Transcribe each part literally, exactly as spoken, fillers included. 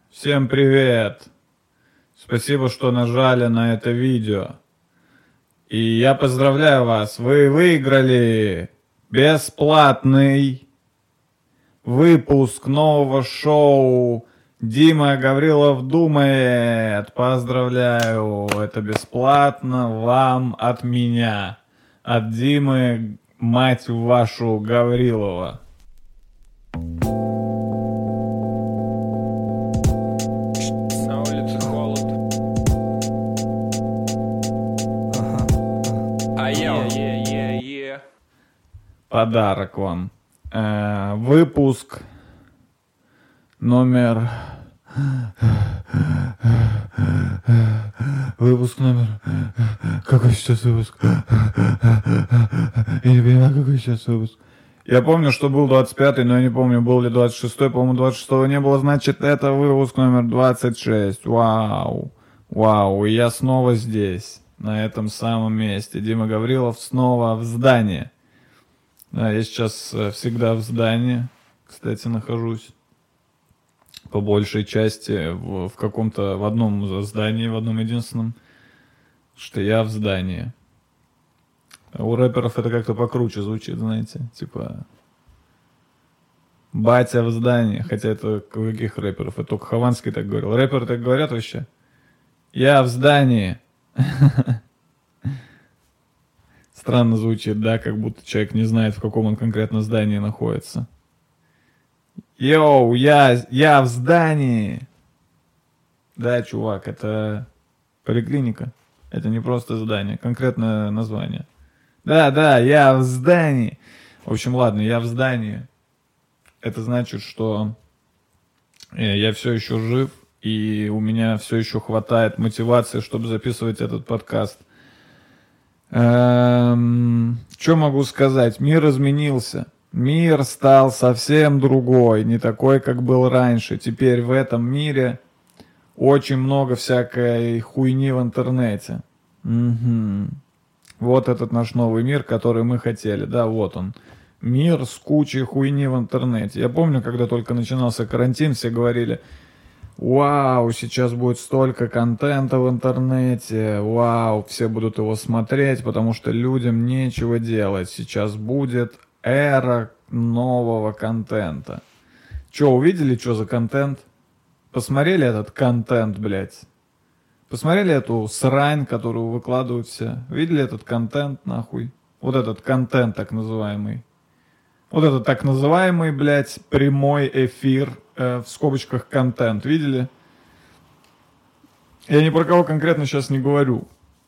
Всем привет! Спасибо, что нажали на это видео. И я поздравляю вас, вы выиграли бесплатный выпуск нового шоу «Дима Гаврилов думает». Поздравляю, это бесплатно вам от меня, от Димы, мать вашу, Гаврилова. Подарок вам. Э, выпуск номер... Выпуск номер... Какой сейчас выпуск? Я не понимаю, какой сейчас выпуск. Я помню, что был двадцать пятый, но я не помню, был ли двадцать шестой. По-моему, двадцать шестого не было. Значит, это выпуск номер двадцать шесть. Вау. Вау. И я снова здесь, на этом самом месте. Дима Гаврилов снова в здании. Да, я сейчас всегда в здании, кстати, нахожусь. По большей части в, в каком-то, в одном здании, в одном единственном, что я в здании. А у рэперов это как-то покруче звучит, знаете, типа батя в здании, хотя это у каких рэперов, это только Хованский так говорил. Рэперы так говорят вообще? Я в здании. Странно звучит, да, как будто человек не знает, в каком он конкретно здании находится. Йоу, я, я в здании. Да, чувак, это поликлиника. Это не просто здание, конкретное название. Да, да, я в здании. В общем, ладно, я в здании. Это значит, что я все еще жив, и у меня все еще хватает мотивации, чтобы записывать этот подкаст. Эм, что могу сказать? Мир изменился. Мир стал совсем другой, не такой, как был раньше. Теперь в этом мире очень много всякой хуйни в интернете. Угу. Вот этот наш новый мир, который мы хотели. Да, вот он. Мир с кучей хуйни в интернете. Я помню, когда только начинался карантин, все говорили: вау, сейчас будет столько контента в интернете, вау, все будут его смотреть, потому что людям нечего делать. Сейчас будет эра нового контента. Че, увидели, что за контент? Посмотрели этот контент, блядь? Посмотрели эту срань, которую выкладывают все? Видели этот контент, нахуй? Вот этот контент так называемый. Вот этот так называемый, блядь, прямой эфир, э, в скобочках контент. Видели? Я ни про кого конкретно сейчас не говорю.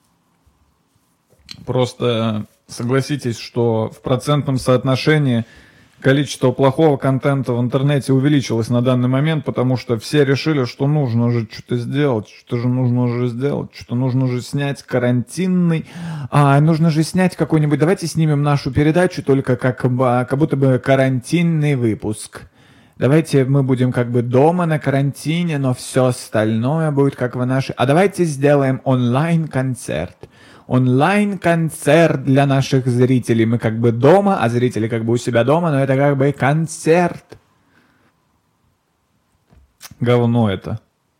Просто согласитесь, что в процентном соотношении количество плохого контента в интернете увеличилось на данный момент, потому что все решили, что нужно же что-то сделать, что же нужно уже сделать, что нужно же снять карантинный, а нужно же снять какой-нибудь, давайте снимем нашу передачу только как, как будто бы карантинный выпуск. Давайте мы будем как бы дома на карантине, но все остальное будет как в нашей... А давайте сделаем онлайн-концерт. Онлайн-концерт для наших зрителей. Мы как бы дома, а зрители как бы у себя дома, но это как бы концерт. Говно это.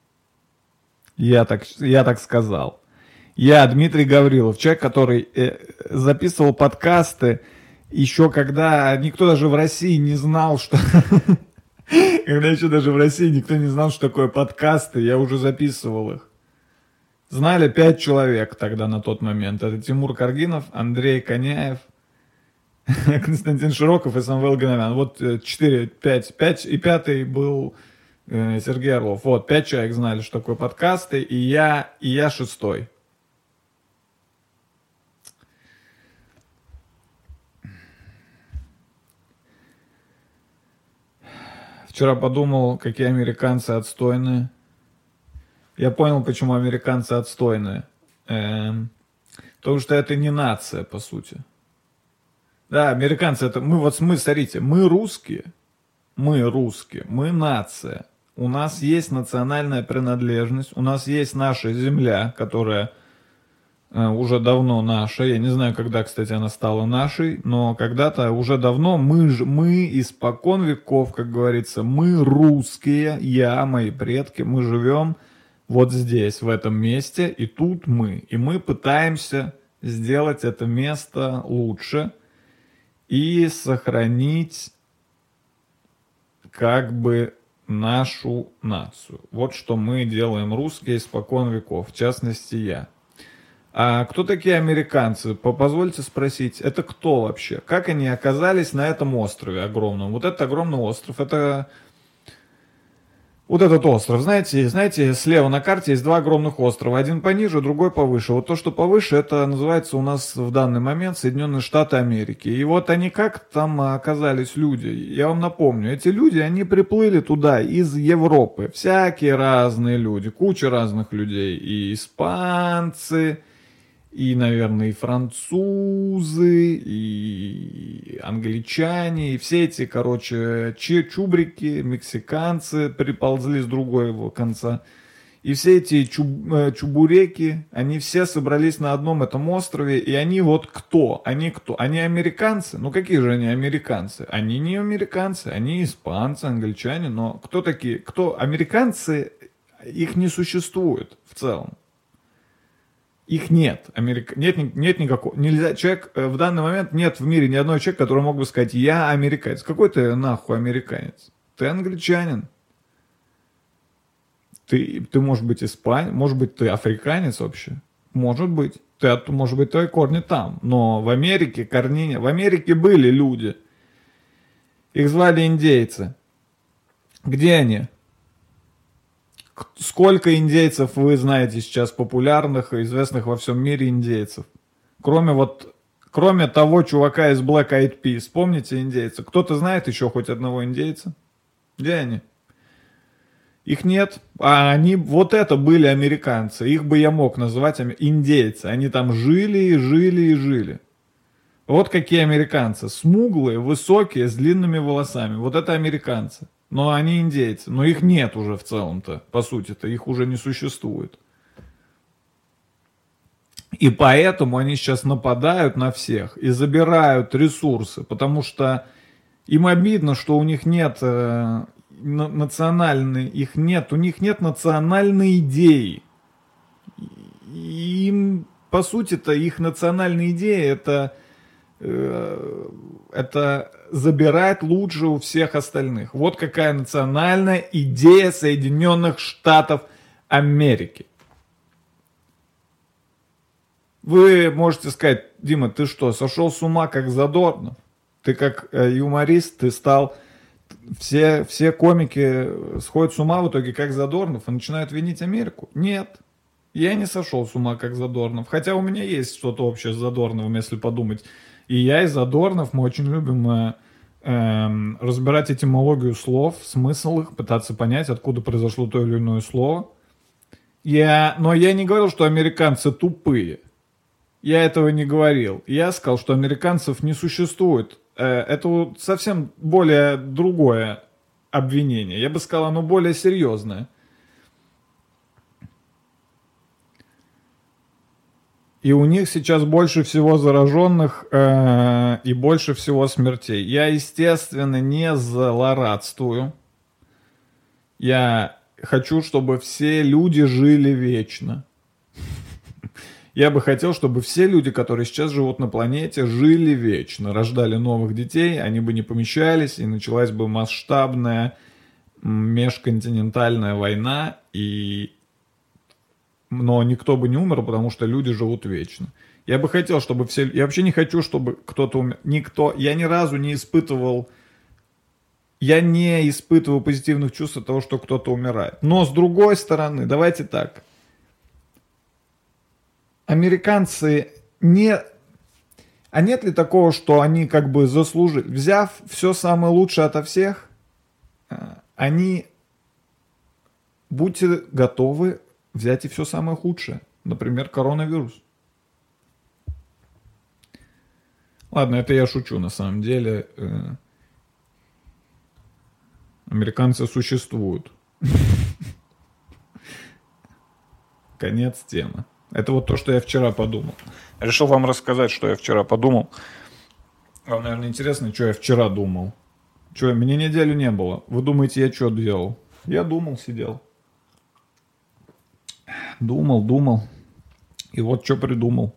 Я так, я так сказал. Я Дмитрий Гаврилов, человек, который э, записывал подкасты еще когда никто даже в России не знал, что... Когда еще даже в России никто не знал, что такое подкасты, я уже записывал их. Знали пять человек тогда на тот момент. Это Тимур Каргинов, Андрей Коняев, Константин Широков и Самвел Гановян. Вот четыре, пять, пять, и пятый был э, Сергей Орлов. Вот, пять человек знали, что такое подкасты, и я, и я шестой. Вчера подумал, какие американцы отстойные. Я понял, почему американцы отстойные. Эм, потому что это не нация, по сути. Да, американцы это... Мы вот, мы, смотрите, мы русские. Мы русские. Мы нация. У нас есть национальная принадлежность. У нас есть наша земля, которая уже давно наша. Я не знаю, когда, кстати, она стала нашей, но когда-то уже давно мы, ж- мы испокон веков, как говорится, мы русские, я, мои предки, мы живем вот здесь, в этом месте, и тут мы. И мы пытаемся сделать это место лучше и сохранить как бы нашу нацию. Вот что мы делаем, русские, испокон веков, в частности я. А кто такие американцы? По- Позвольте спросить, это кто вообще? Как они оказались на этом острове огромном? Вот этот огромный остров, это вот этот остров, знаете, знаете, слева на карте есть два огромных острова. Один пониже, другой повыше. Вот то, что повыше, это называется у нас в данный момент Соединенные Штаты Америки. И вот они как там оказались люди? Я вам напомню, эти люди, они приплыли туда из Европы. Всякие разные люди, куча разных людей. И испанцы, и, наверное, и французы, и англичане, и все эти, короче, че- чубрики, мексиканцы приползли с другого конца. И все эти чуб- э, чубуреки, они все собрались на одном этом острове, и они вот кто? Они кто? Они американцы? Ну какие же они американцы? Они не американцы, они испанцы, англичане, но кто такие? Кто? Американцы, их не существует в целом. Их нет. Америка... Нет, ни- нет никакого. Нельзя. Человек э, в данный момент нет в мире ни одного человека, который мог бы сказать, я американец. Какой ты нахуй американец? Ты англичанин. Ты, ты может быть испанец, может быть ты африканец вообще. Может быть. Ты, от- может быть твои корни там. Но в Америке корней нет. В Америке были люди. Их звали индейцы. Где они? К- Сколько индейцев вы знаете сейчас популярных и известных во всем мире индейцев? Кроме вот, кроме того чувака из Black Eyed Peas, помните индейца? Кто-то знает еще хоть одного индейца? Где они? Их нет. А они, вот это были американцы. Их бы я мог назвать ами- индейцы. Они там жили и жили и жили. Вот какие американцы. Смуглые, высокие, с длинными волосами. Вот это американцы. Но они индейцы. Но их нет уже в целом-то. По сути-то их уже не существует. И поэтому они сейчас нападают на всех и забирают ресурсы. Потому что им обидно, что у них нет э, на- национальной, их нет, у них нет национальной идеи. И им, по сути-то, их национальная идея это э, это забирать лучше у всех остальных. Вот какая национальная идея Соединенных Штатов Америки. Вы можете сказать, Дима, ты что, сошел с ума как Задорнов? Ты как э, юморист, ты стал... Все, все комики сходят с ума в итоге как Задорнов и начинают винить Америку. Нет, я не сошел с ума как Задорнов. Хотя у меня есть что-то общее с Задорновым, если подумать. И я, и Задорнов, мы очень любим э, эм, разбирать этимологию слов, смысл их, пытаться понять, откуда произошло то или иное слово. Я, но я не говорил, что американцы тупые. Я этого не говорил. Я сказал, что американцев не существует. Э, Это вот совсем более другое обвинение. Я бы сказал, оно более серьезное. И у них сейчас больше всего зараженных э, и больше всего смертей. Я, естественно, не злорадствую. Я хочу, чтобы все люди жили вечно. Я бы хотел, чтобы все люди, которые сейчас живут на планете, жили вечно, рождали новых детей, они бы не помещались, и началась бы масштабная межконтинентальная война, и... но никто бы не умер, потому что люди живут вечно. Я бы хотел, чтобы все... Я вообще не хочу, чтобы кто-то умер. Никто... Я ни разу не испытывал... Я не испытываю позитивных чувств от того, что кто-то умирает. Но с другой стороны, давайте так. Американцы не... А нет ли такого, что они как бы заслужили? Взяв все самое лучшее ото всех, э, они... Будьте готовы взять и все самое худшее. Например, коронавирус. Ладно, это я шучу на самом деле. Э, Американцы существуют. Конец темы. Это вот то, что я вчера подумал. Решил вам рассказать, что я вчера подумал. Вам, наверное, интересно, что я вчера думал. Что, меня неделю не было. Вы думаете, я что делал? Я думал, сидел. Думал, думал. И вот что придумал.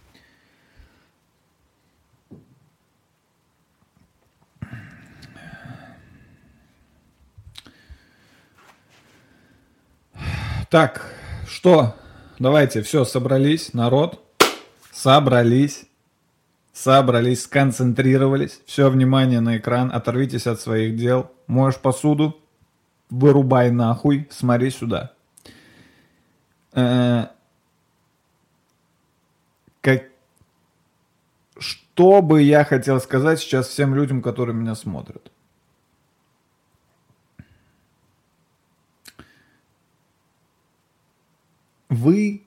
Так, что? Давайте, все, собрались, народ. Собрались. Собрались, сконцентрировались. Все внимание на экран. Оторвитесь от своих дел. Моешь посуду. Вырубай нахуй. Смотри сюда. Э-э- как... Что бы я хотел сказать сейчас всем людям, которые меня смотрят? Вы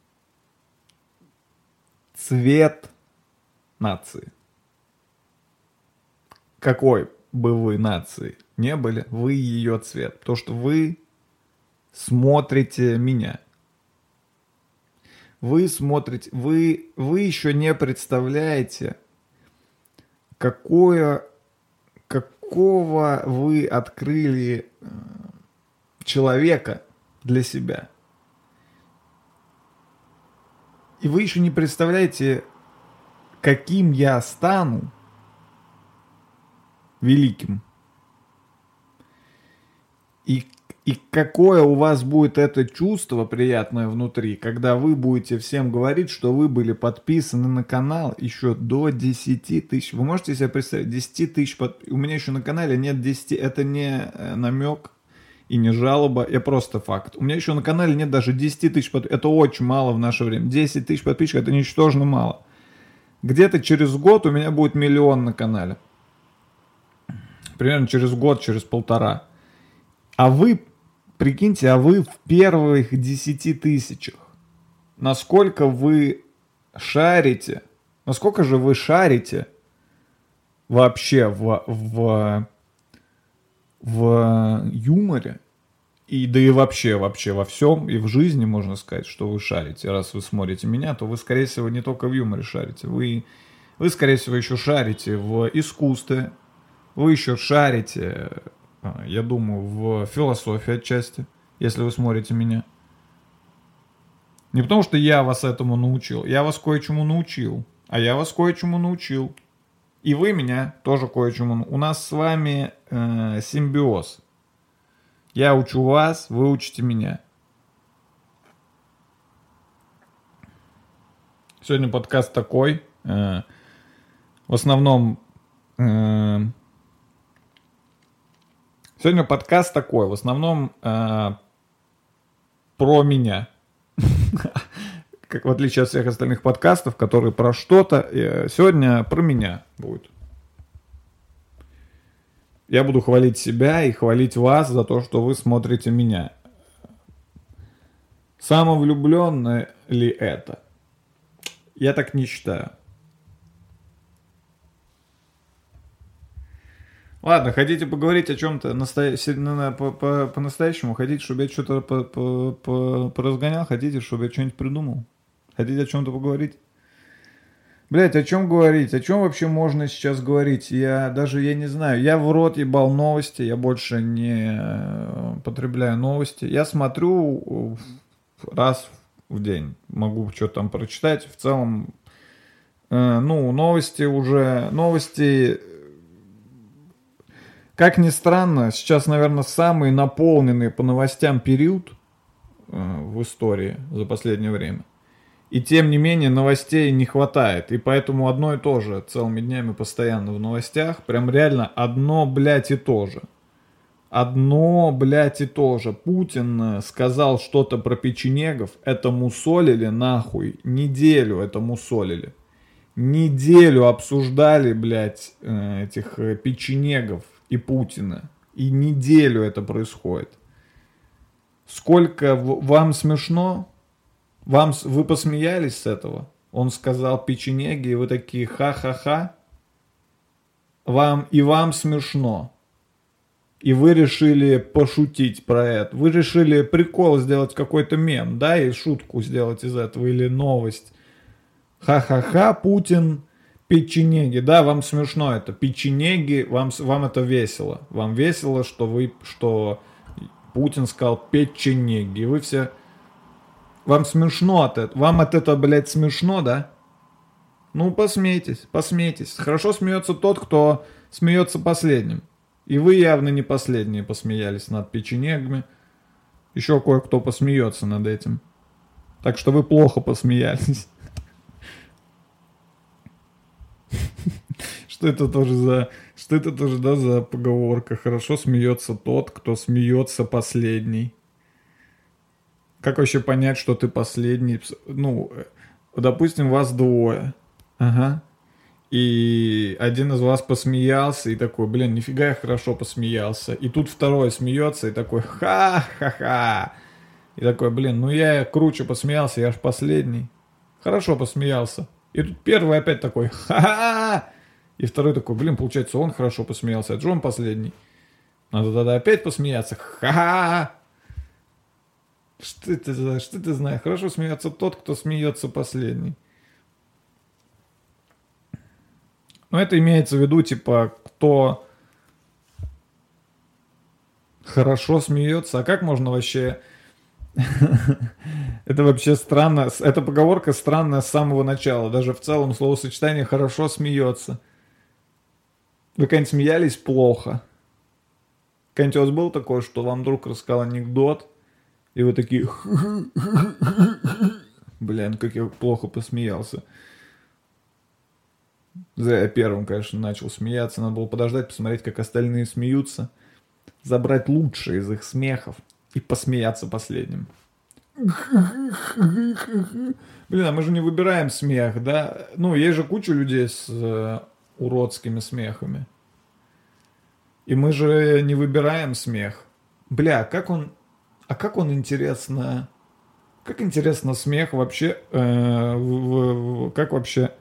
цвет нации. Какой бы вы нации не были, вы ее цвет. Потому что вы смотрите меня. Вы смотрите, вы, вы еще не представляете, какое, какого вы открыли человека для себя. И вы еще не представляете, каким я стану великим. И, и какое у вас будет это чувство приятное внутри, когда вы будете всем говорить, что вы были подписаны на канал еще до десяти тысяч. Вы можете себе представить, десять тысяч под... У меня еще на канале нет десяти, это не намек и не жалоба, это просто факт. У меня еще на канале нет даже десяти тысяч подписчиков. Это очень мало в наше время. десять тысяч подписчиков, это ничтожно мало. Где-то через год у меня будет миллион на канале. Примерно через год, через полтора. А вы, прикиньте, а вы в первых десяти тысячах. Насколько вы шарите, насколько же вы шарите вообще в, в, в юморе, и да и вообще, вообще во всем, и в жизни можно сказать, что вы шарите. Раз вы смотрите меня, то вы, скорее всего, не только в юморе шарите. Вы, вы скорее всего, еще шарите в искусстве, вы еще шарите, я думаю, в философии отчасти, если вы смотрите меня. Не потому, что я вас этому научил, я вас кое-чему научил, а я вас кое-чему научил. И вы меня тоже кое-чему. У нас с вами э, симбиоз. Я учу вас, вы учите меня. Сегодня подкаст такой. Э, в основном... Э, сегодня подкаст такой. В основном э, про меня. Как в отличие от всех остальных подкастов, которые про что-то. Э, сегодня про меня будет. Я буду хвалить себя и хвалить вас за то, что вы смотрите меня. Самовлюбленное ли это? Я так не считаю. Ладно, хотите поговорить о чем-то настоя... по-настоящему? Хотите, чтобы я что-то поразгонял? Хотите, чтобы я что-нибудь придумал? Хотите о чем-то поговорить? Блять, о чем говорить? О чем вообще можно сейчас говорить? Я даже, я не знаю. Я в рот ебал новости. Я больше не потребляю новости. Я смотрю раз в день. Могу что-то там прочитать. В целом, э, ну, новости уже... Новости... Как ни странно, сейчас, наверное, самый наполненный по новостям период э, в истории за последнее время. И тем не менее новостей не хватает. И поэтому одно и то же целыми днями постоянно в новостях. Прям реально одно, блядь, и то же. Одно, блядь, и то же. Путин сказал что-то про печенегов. Это мусолили нахуй. Неделю это мусолили. Неделю обсуждали, блядь, этих печенегов и Путина. И неделю это происходит. Сколько вам смешно? Вам, вы посмеялись с этого? Он сказал печенеги, и вы такие ха-ха-ха. Вам, и вам смешно. и вы решили пошутить про это. Вы решили прикол сделать, какой-то мем, да, и шутку сделать из этого, или новость. Ха-ха-ха, Путин, печенеги. Да, вам смешно это. Печенеги, вам, вам это весело. Вам весело, что вы, что Путин сказал печенеги. Вы все... Вам смешно от этого. Вам от этого, блядь, смешно, да? Ну, посмейтесь, посмейтесь. Хорошо смеется тот, кто смеется последним. И вы явно не последние посмеялись над печенегами. Еще кое-кто посмеется над этим. Так что вы плохо посмеялись. Что это тоже за... Что это тоже, да, за поговорка? Хорошо смеется тот, кто смеется последний. Как вообще понять, что ты последний? Ну, допустим, вас двое. Ага. И один из вас посмеялся и такой, блин, нифига я хорошо посмеялся. И тут второй смеется и такой, ха-ха-ха. И такой, блин, ну я круче посмеялся, я ж последний. Хорошо посмеялся. И тут первый опять такой, ха-ха. И второй такой, блин, получается, он хорошо посмеялся, а же он последний. Надо тогда опять посмеяться, ха-ха. Что это, что ты знаешь? Хорошо смеется тот, кто смеется последний. Но это имеется в виду, типа, кто хорошо смеется. А как можно вообще... Это вообще странно. Эта поговорка странная с самого начала. Даже в целом словосочетание «хорошо смеется». Вы когда-нибудь смеялись плохо? Когда-нибудь у вас было такое, что вам друг рассказал анекдот, и вы такие... Блин, как я плохо посмеялся. Зря я первым, конечно, начал смеяться. Надо было подождать, посмотреть, как остальные смеются. Забрать лучшее из их смехов и посмеяться последним. Блин, а мы же не выбираем смех, да? Ну, есть же куча людей с э, уродскими смехами. И мы же не выбираем смех. Бля, как он... А как он интересно... Как интересно смех вообще... Э, в, в, в, как вообще...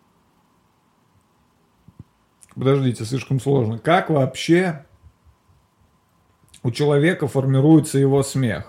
Подождите, слишком сложно. Как вообще у человека формируется его смех?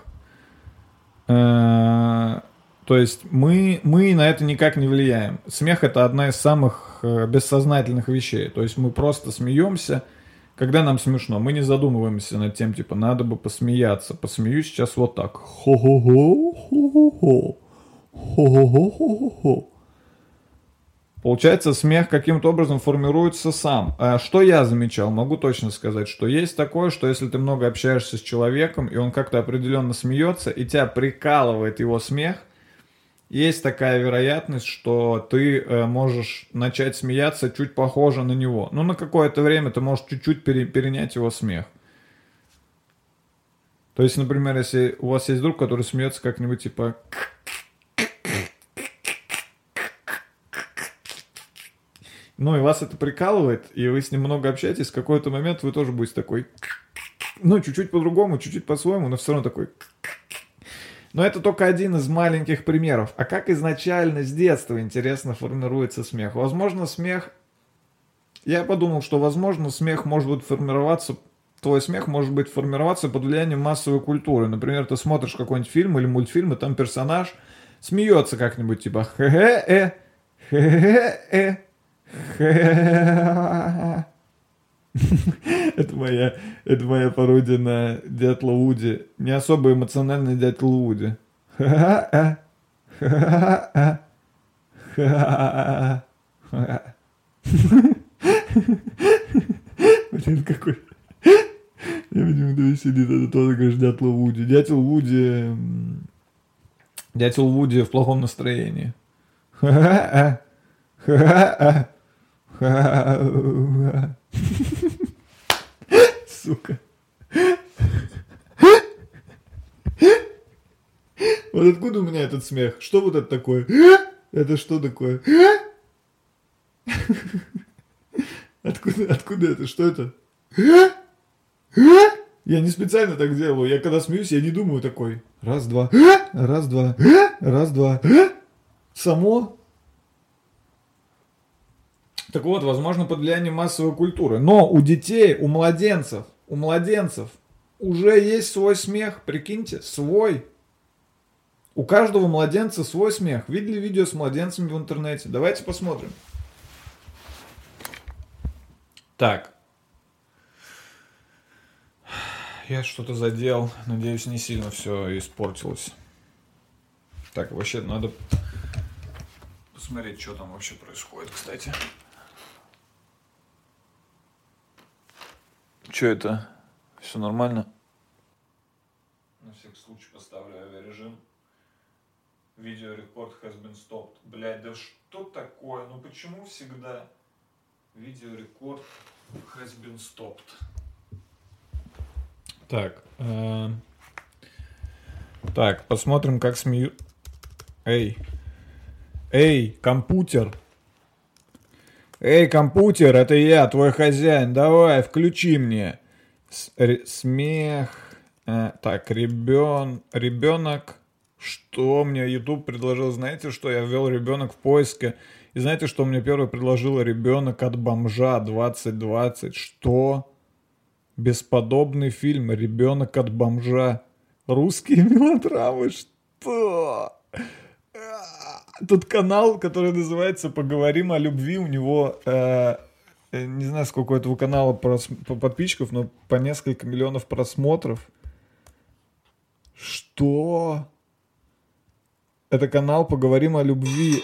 Э, то есть мы, мы на это никак не влияем. Смех — это одна из самых бессознательных вещей. То есть мы просто смеемся, когда нам смешно. Мы не задумываемся над тем, типа, надо бы посмеяться. Посмеюсь сейчас вот так. Хо-хо-хо, хо-хо-хо, хо-хо-хо-хо-хо. Получается, смех каким-то образом формируется сам. А что я замечал? Могу точно сказать, что есть такое, что если ты много общаешься с человеком, и он как-то определенно смеется, и тебя прикалывает его смех, есть такая вероятность, что ты э, можешь начать смеяться чуть похоже на него. Ну, на какое-то время ты можешь чуть-чуть пере- перенять его смех. То есть, например, если у вас есть друг, который смеется как-нибудь типа... Ну, и вас это прикалывает, и вы с ним много общаетесь, в какой-то момент вы тоже будете такой... Ну, чуть-чуть по-другому, чуть-чуть по-своему, но все равно такой... Но это только один из маленьких примеров. А как изначально с детства, интересно, формируется смех? Возможно, смех... Я подумал, что, возможно, смех может быть формироваться... Твой смех может быть формироваться под влиянием массовой культуры. Например, ты смотришь какой-нибудь фильм или мультфильм, и там персонаж смеется как-нибудь, типа... Хе-хе-э, хе-хе-э. Это моя, это моя пародия на Дятла Вуди. Не особо эмоциональный Дятел Вуди. Блин, какой... Я, видимо, довеселит. Это тоже, конечно, Дятла Вуди. Дятел Вуди... Дятел Вуди в плохом настроении. Сука. Вот откуда у меня этот смех? Что вот это такое? Это что такое? Откуда, откуда это? Что это? Я не специально так делаю. Я когда смеюсь, я не думаю такой. Раз, два. Раз, два. Раз, два. Само. Так вот, возможно, под влиянием массовой культуры. Но у детей, у младенцев, У младенцев уже есть свой смех, прикиньте, свой. У каждого младенца свой смех. Видели видео с младенцами в интернете? Давайте посмотрим. Так. Я что-то задел. Надеюсь, не сильно все испортилось. Так, вообще надо посмотреть, что там вообще происходит, кстати. Что это? Все нормально? На всякий случай поставлю авиарежим. Видеорекорд has been stopped. Блядь, да что такое? Ну почему всегда видеорекорд has been stopped? Так. Э- так, посмотрим, как смеют. Эй. Эй, компьютер. Эй, компьютер, это я, твой хозяин. Давай, включи мне. С- ре- смех. Э, так, ребен... ребенок. Что мне YouTube предложил? Знаете, что я ввел ребенок в поиске? И знаете, что мне первое предложило? Ребенок от бомжа двадцать двадцать. Что? Бесподобный фильм «Ребенок от бомжа». Русские мелодрамы. Что? Тут канал, который называется «Поговорим о любви». У него, э, не знаю, сколько у этого канала прос- по- подписчиков, но по несколько миллионов просмотров. Что? Это канал «Поговорим о любви».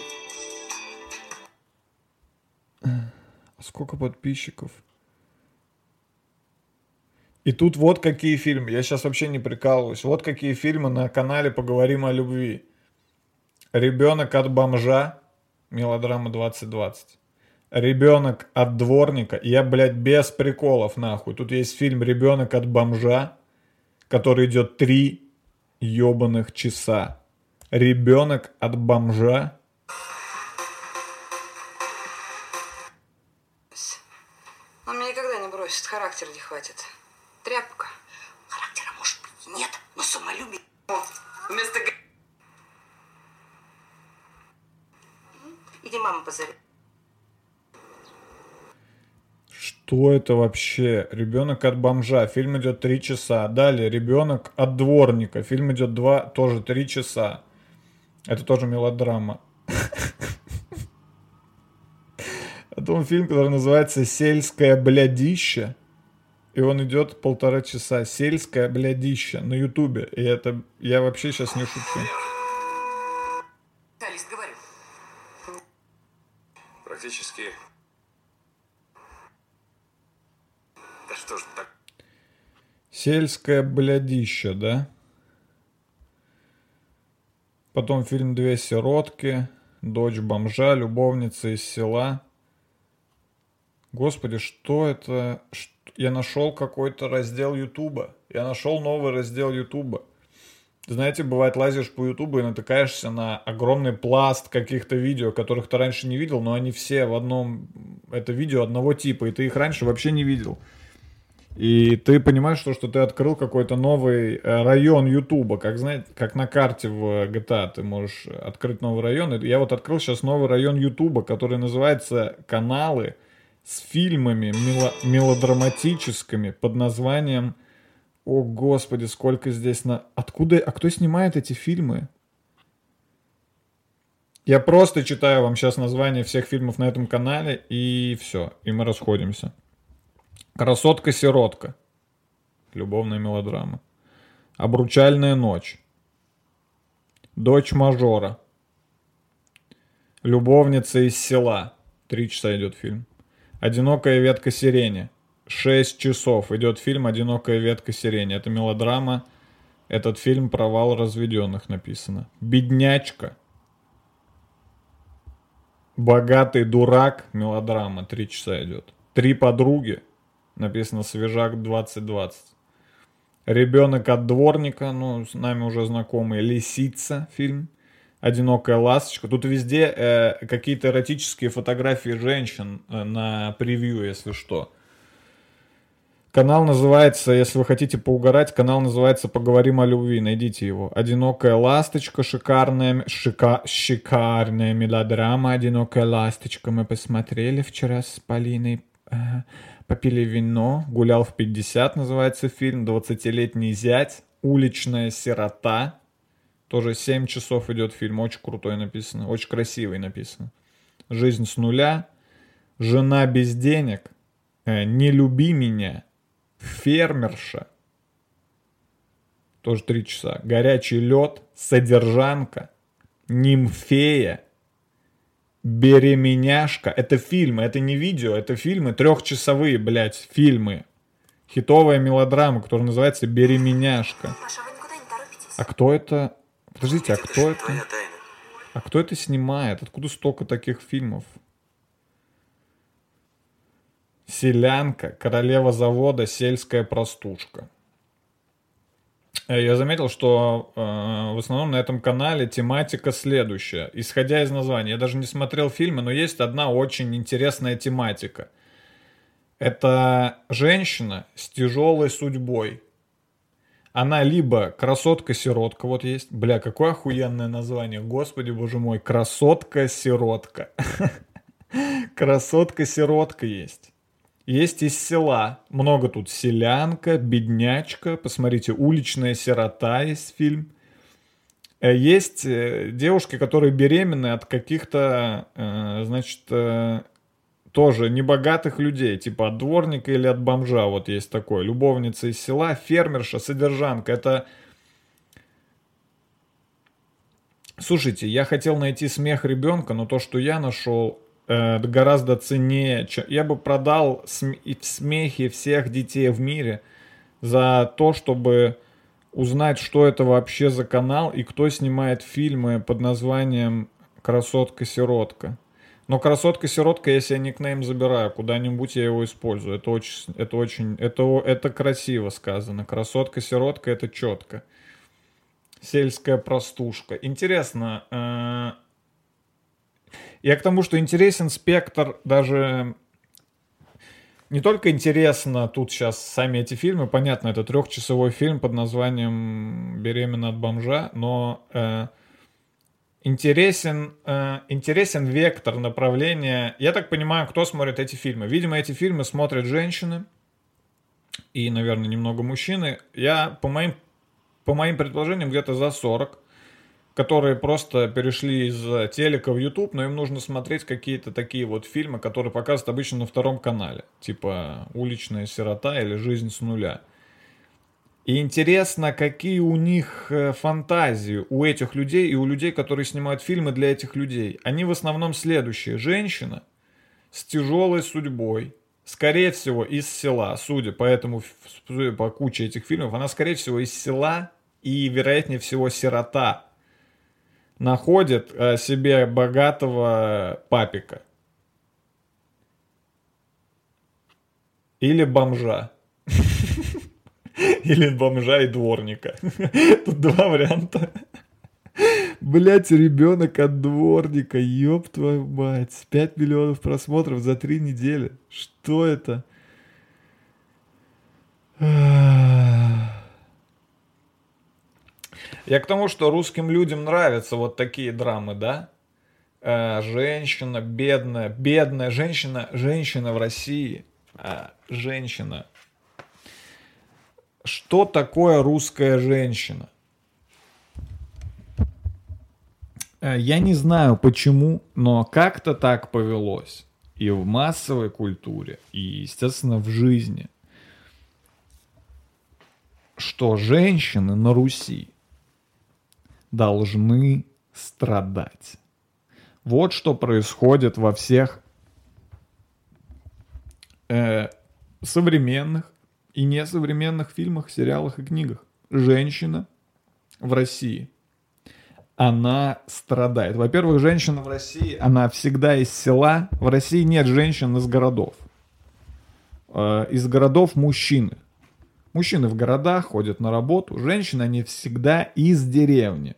А сколько подписчиков? И тут вот какие фильмы. Я сейчас вообще не прикалываюсь. Вот какие фильмы на канале «Поговорим о любви». «Ребенок от бомжа». Мелодрама двадцать двадцать. «Ребенок от дворника». Я, блядь, без приколов, нахуй. Тут есть фильм «Ребенок от бомжа», который идет три ебаных часа. «Ребенок от бомжа». Он меня никогда не бросит, характера не хватит. Тряпка. Характера, может быть, нет, но самолюбие. Вместо... Иди маму позови. Что это вообще? «Ребенок от бомжа». Фильм идет три часа. Далее «Ребенок от дворника». Фильм идет два, тоже три часа. Это тоже мелодрама. Потом фильм, который называется «Сельское блядище». И он идет полтора часа. «Сельское блядище» на Ютубе. И это... Я вообще сейчас не шучу. Алис, говорю. Практически... Да что ж так... «Сельское блядище», да? Потом фильм «Две сиротки», «Дочь бомжа», «Любовница из села». Господи, что это? Ш- Я нашел какой-то раздел Ютуба. Я нашел новый раздел Ютуба. Знаете, бывает, лазишь по Ютубу и натыкаешься на огромный пласт каких-то видео, которых ты раньше не видел, но они все в одном... Это видео одного типа, и ты их раньше вообще не видел. И ты понимаешь, что, что ты открыл какой-то новый э, район Ютуба, как, знаете, как на карте в джи ти эй ты можешь открыть новый район. И я вот открыл сейчас новый район Ютуба, который называется «Каналы с фильмами мело- мелодраматическими» под названием... О, господи, сколько здесь на... Откуда... А кто снимает эти фильмы? Я просто читаю вам сейчас название всех фильмов на этом канале, и все, и мы расходимся. «Красотка-сиротка». Любовная мелодрама. «Обручальная ночь». «Дочь мажора». «Любовница из села». Три часа идет фильм. «Одинокая ветка сирени». Шесть часов идет фильм «Одинокая ветка сирени». Это мелодрама. Этот фильм «Провал разведенных» написано. «Беднячка». «Богатый дурак». Мелодрама. Три часа идет. «Три подруги». Написано «Свежак двадцать двадцать». «Ребенок от дворника». Ну, с нами уже знакомый. «Лисица» фильм. «Одинокая ласточка». Тут везде э, какие-то эротические фотографии женщин э, на превью, если что. Канал называется, если вы хотите поугарать, канал называется «Поговорим о любви». Найдите его. «Одинокая ласточка». Шикарная, шика, шикарная мелодрама «Одинокая ласточка». Мы посмотрели вчера с Полиной. Попили вино, гулял в пятьдесят, называется фильм, двадцатилетний зять, уличная сирота. Тоже семь часов идет фильм, очень крутой написано, очень красивый написано. Жизнь с нуля, жена без денег, не люби меня, фермерша. Тоже три часа. Горячий лед, содержанка, нимфея, беременяшка. Это фильмы, это не видео, это фильмы, трехчасовые, блядь, фильмы. Хитовая мелодрама, которая называется «Беременяшка». Маша, вы никуда не торопитесь. А кто это? Подождите, а кто это? Твоя тайна. А кто это снимает? Откуда столько таких фильмов? Селянка, королева завода, сельская простушка. Я заметил, что э, в основном на этом канале тематика следующая. Исходя из названия, я даже не смотрел фильмы, но есть одна очень интересная тематика. Это женщина с тяжелой судьбой. Она либо красотка-сиротка, вот есть. Бля, какое охуенное название, господи боже мой, красотка-сиротка. Красотка-сиротка есть. Есть из села. Много тут селянка, беднячка. Посмотрите, уличная сирота есть фильм. Есть девушки, которые беременны от каких-то, значит, тоже небогатых людей. Типа от дворника или от бомжа. Вот есть такое. Любовница из села, фермерша, содержанка. Это... Слушайте, я хотел найти смех ребенка, но то, что я нашел... гораздо ценнее. Я бы продал смехи всех детей в мире за то, чтобы узнать, что это вообще за канал и кто снимает фильмы под названием «Красотка-сиротка». Но «Красотка-сиротка» я себе никнейм забираю, куда-нибудь я его использую. Это очень, это очень, это, это красиво сказано. «Красотка-сиротка» — это четко. Сельская простушка. Интересно, э- я к тому, что интересен спектр, даже не только интересно тут сейчас сами эти фильмы, понятно, это трехчасовой фильм под названием «Беременна от бомжа», но э, интересен, э, интересен вектор направления. Я так понимаю, кто смотрит эти фильмы. Видимо, эти фильмы смотрят женщины и, наверное, немного мужчины. Я, по моим, по моим предположениям, где-то за сорок. Которые просто перешли из телека в YouTube, но им нужно смотреть какие-то такие вот фильмы, которые показывают обычно на втором канале, типа «Уличная сирота» или «Жизнь с нуля». И интересно, какие у них фантазии у этих людей и у людей, которые снимают фильмы для этих людей. Они в основном следующие. Женщина с тяжелой судьбой, скорее всего, из села, судя по этому, по куче этих фильмов, она, скорее всего, из села и, вероятнее всего, сирота. Находит э, себе богатого папика. Или бомжа. Или бомжа и дворника. Тут два варианта. Блять, ребенок от дворника. Ёб твою мать. пять миллионов просмотров за три недели. Что это? Я к тому, что русским людям нравятся вот такие драмы, да? Э, женщина бедная, бедная женщина, женщина в России, э, женщина. Что такое русская женщина? Э, я не знаю почему, но как-то так повелось и в массовой культуре, и, естественно, в жизни, что женщины на Руси должны страдать. Вот что происходит во всех э, современных и несовременных фильмах, сериалах и книгах. Женщина в России, она страдает. Во-первых, женщина в России, она всегда из села. В России нет женщин из городов. Э, из городов мужчины. Мужчины в городах ходят на работу. Женщины, они всегда из деревни.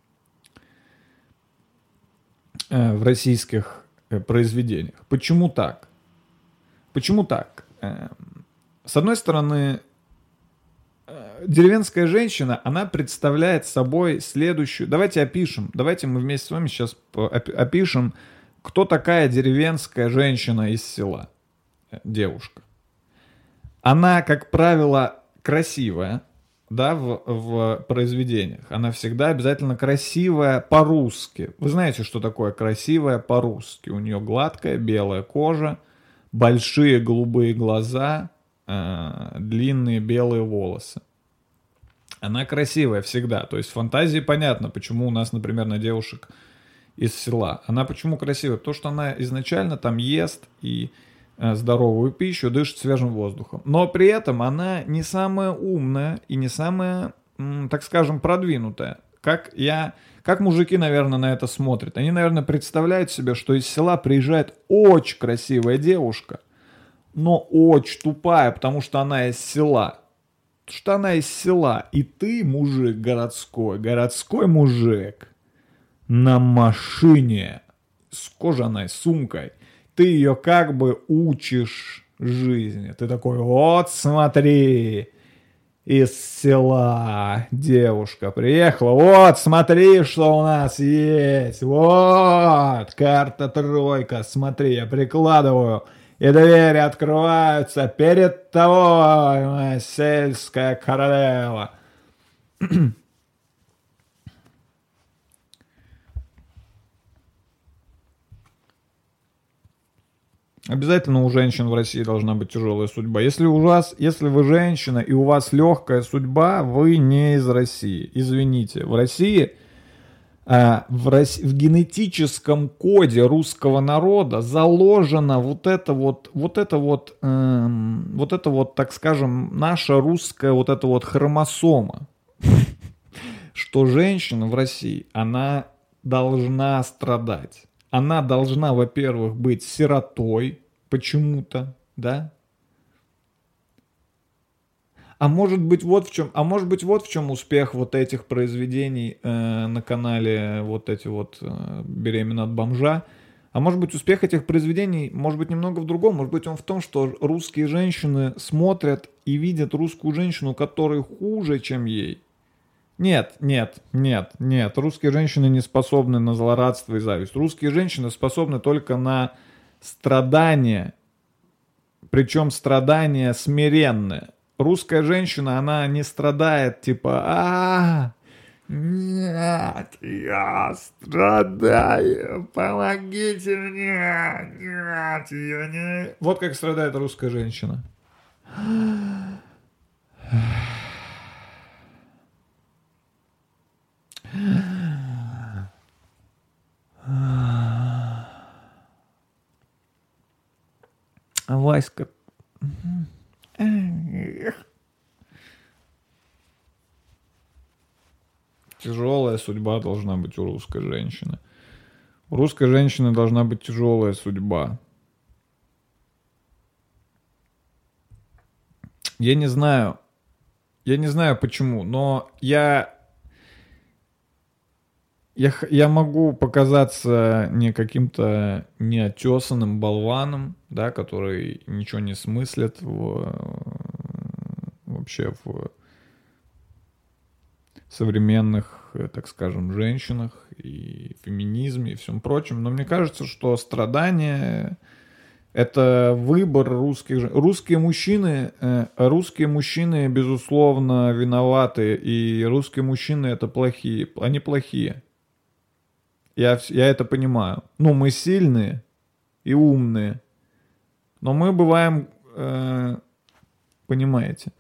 В российских произведениях. Почему так? Почему так? С одной стороны, деревенская женщина, она представляет собой следующую... Давайте опишем, давайте мы вместе с вами сейчас опишем, кто такая деревенская женщина из села. девушка, она, как правило, красивая, да, в, в произведениях. Она всегда обязательно красивая по-русски. Вы знаете, что такое красивая по-русски? У нее гладкая белая кожа, большие голубые глаза, э, длинные белые волосы. Она красивая всегда. То есть в фантазии понятно, почему у нас, например, на девушек из села. Она почему красивая? Потому что она изначально там ест и э, здоровую пищу, дышит свежим воздухом. Но при этом она не самая умная и не самая, м, так скажем, продвинутая. Как я... Как мужики, наверное, на это смотрят? Они, наверное, представляют себе, что из села приезжает очень красивая девушка, но очень тупая, потому что она из села. Потому что она из села. И ты, мужик городской, городской мужик, на машине с кожаной сумкой, ты ее как бы учишь жизни. Ты такой, вот смотри, из села девушка приехала, вот смотри, что у нас есть, вот карта тройка, смотри, я прикладываю, и двери открываются перед тобой, моя сельская королева. Обязательно у женщин в России должна быть тяжелая судьба. Если у вас, если вы женщина и у вас легкая судьба, вы не из России. Извините. В России, э, в, Рос... в генетическом коде русского народа заложена вот это вот, вот это вот, э, вот это вот, так скажем, наша русская вот эта вот хромосома, что женщина в России, она должна страдать. Она должна, во-первых, быть сиротой почему-то, да? А может быть вот в чем, а может быть вот в чем успех вот этих произведений э, на канале вот эти вот э, «Беременна от бомжа». А может быть успех этих произведений, может быть немного в другом, может быть он в том, что русские женщины смотрят и видят русскую женщину, которая хуже, чем ей. Нет, нет, нет, нет. Русские женщины не способны на злорадство и зависть. Русские женщины способны только на страдания, причем страдания смиренные. Русская женщина, она не страдает, типа, а нет, я страдаю, помогите мне, нет, я не... Вот как страдает русская женщина. А Васька... Тяжелая судьба должна быть у русской женщины. У русской женщины должна быть тяжелая судьба. Я не знаю, я не знаю почему, но я... Я, я могу показаться не каким-то неотесанным болваном, да, который ничего не смыслит в, вообще в современных, так скажем, женщинах и феминизме и всем прочем. Но мне кажется, что страдание — это выбор русских женщин. Русские мужчины, русские мужчины, безусловно, виноваты, и русские мужчины — это плохие, они плохие. Я, я это понимаю. Ну, мы сильные и умные. Но мы бываем, э, понимаете.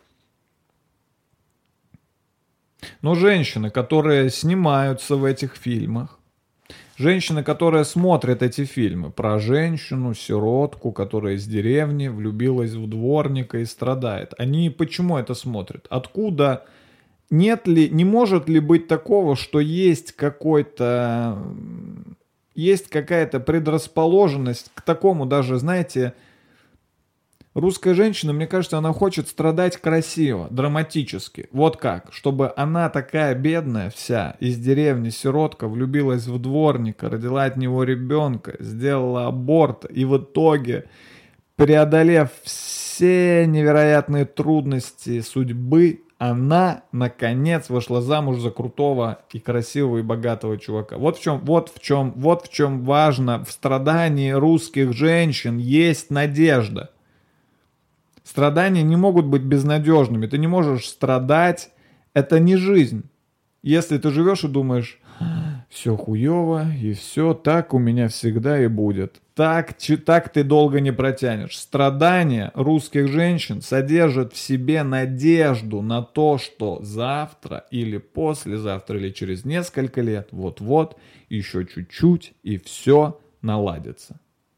Но женщины, которые снимаются в этих фильмах, женщины, которые смотрят эти фильмы про женщину, сиротку, которая из деревни влюбилась в дворника и страдает, они почему это смотрят? Откуда... Нет ли, не может ли быть такого, что есть какой-то, есть какая-то предрасположенность к такому даже, знаете, русская женщина, мне кажется, она хочет страдать красиво, драматически. Вот как, чтобы она такая бедная вся, из деревни, сиротка, влюбилась в дворника, родила от него ребенка, сделала аборт, и в итоге, преодолев все невероятные трудности судьбы, она, наконец, вышла замуж за крутого и красивого и богатого чувака. Вот в чем, вот в чем, вот в чем важно. В страдании русских женщин есть надежда. Страдания не могут быть безнадежными. Ты не можешь страдать. Это не жизнь. Если ты живешь и думаешь, все хуево, и все так у меня всегда и будет. Так, так ты долго не протянешь. Страдания русских женщин содержат в себе надежду на то, что завтра или послезавтра или через несколько лет, вот-вот, еще чуть-чуть, и все наладится.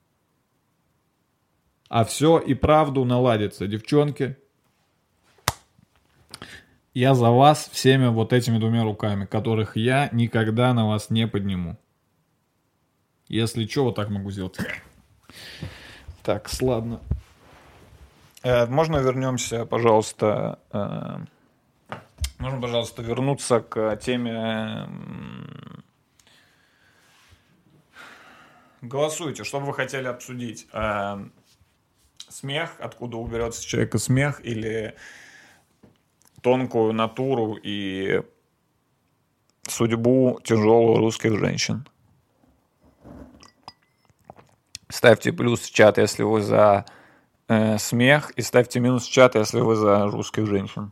А все и правду наладится, девчонки. Я за вас всеми вот этими двумя руками, которых я никогда на вас не подниму. Если что, вот так могу сделать. Так, ладно. Э, можно вернемся, пожалуйста... Э, можно, пожалуйста, вернуться к теме... Э, голосуйте, что бы вы хотели обсудить. Э, смех, откуда уберется человека смех, или... тонкую натуру и судьбу тяжелую русских женщин. Ставьте плюс в чат, если вы за э, смех, и ставьте минус в чат, если вы за русских женщин.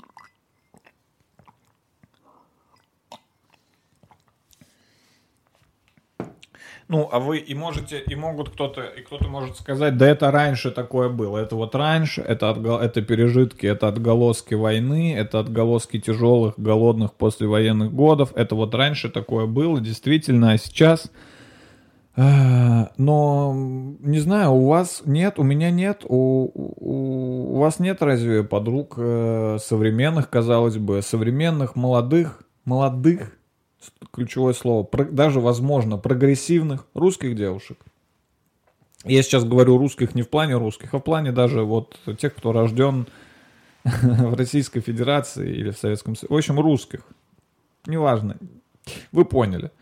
Ну, а вы и можете, и могут кто-то, и кто-то может сказать, да это раньше такое было, это вот раньше, это, отго, это пережитки, это отголоски войны, это отголоски тяжелых, голодных послевоенных годов, это вот раньше такое было, действительно, а сейчас, э, но, не знаю, у вас нет, у меня нет, у, у, у вас нет разве подруг э, современных, казалось бы, современных, молодых, молодых, ключевое слово, даже, возможно, прогрессивных русских девушек. Я сейчас говорю русских не в плане русских, а в плане даже вот тех, кто рожден в Российской Федерации или в Советском Союзе. В общем, русских. Неважно. Вы поняли.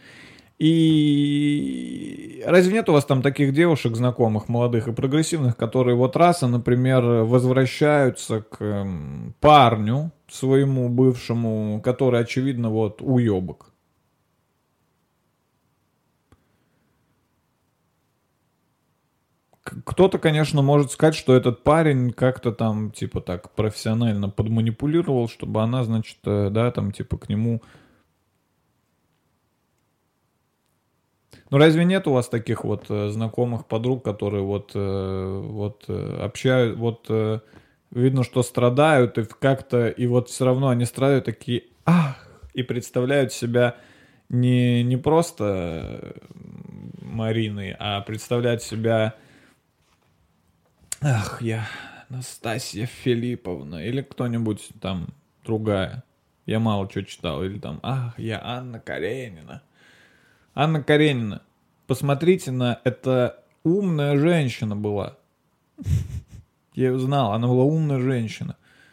И разве нет у вас там таких девушек, знакомых, молодых и прогрессивных, которые вот раз, например, возвращаются к парню своему бывшему, который, очевидно, вот уебок? Кто-то, конечно, может сказать, что этот парень как-то там, типа, так профессионально подманипулировал, чтобы она, значит, да, там, типа, к нему... Ну, разве нет у вас таких вот знакомых подруг, которые вот, вот общают, вот видно, что страдают, и как-то, и вот все равно они страдают такие, ах, и представляют себя не, не просто Мариной, а представляют себя... Ах, я Настасья Филипповна, или кто-нибудь там другая. Я мало что читал. Или там, ах, я Анна Каренина. Анна Каренина. Посмотрите на... Это умная женщина была. Я ее знал, она была умная женщина.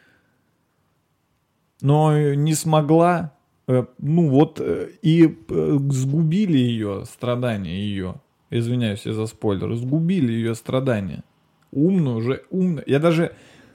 Но не смогла... Ну вот, и сгубили ее страдания, ее. Извиняюсь за спойлер. Сгубили ее страдания. Умную же, умную. Я даже...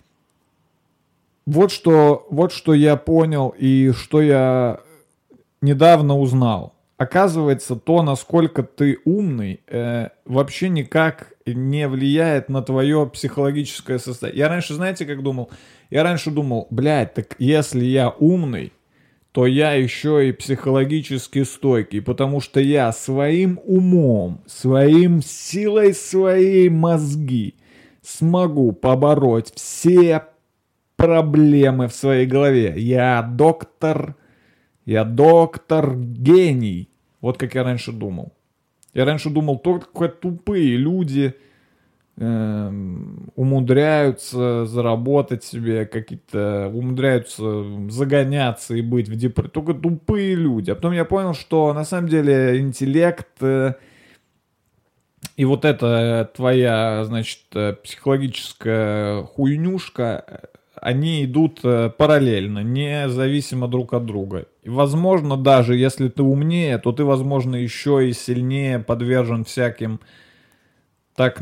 Вот что, вот что я понял и что я недавно узнал. Оказывается, то, насколько ты умный, э, вообще никак не влияет на твое психологическое состояние. Я раньше, знаете, как думал? Я раньше думал, блядь, так если я умный, то я еще и психологически стойкий, потому что я своим умом, своим силой своей мозги смогу побороть все проблемы в своей голове. Я доктор, я доктор гений. Вот как я раньше думал. Я раньше думал, только тупые люди э, умудряются заработать себе какие-то, умудряются загоняться и быть в депрессии. Только тупые люди. А потом я понял, что на самом деле интеллект... Э, И вот эта твоя, значит, психологическая хуйнюшка, они идут параллельно, независимо друг от друга. И, возможно, даже если ты умнее, то ты, возможно, еще и сильнее подвержен всяким так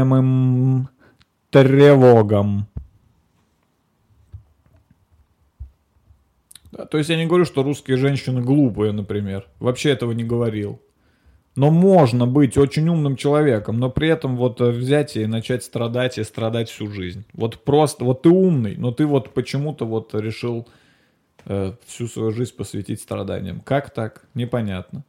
называемым тревогам. То есть я не говорю, что русские женщины глупые, например. Вообще этого не говорил. Но можно быть очень умным человеком, но при этом вот взять и начать страдать и страдать всю жизнь. Вот просто, вот ты умный, но ты вот почему-то вот решил э, всю свою жизнь посвятить страданиям. Как так? Непонятно.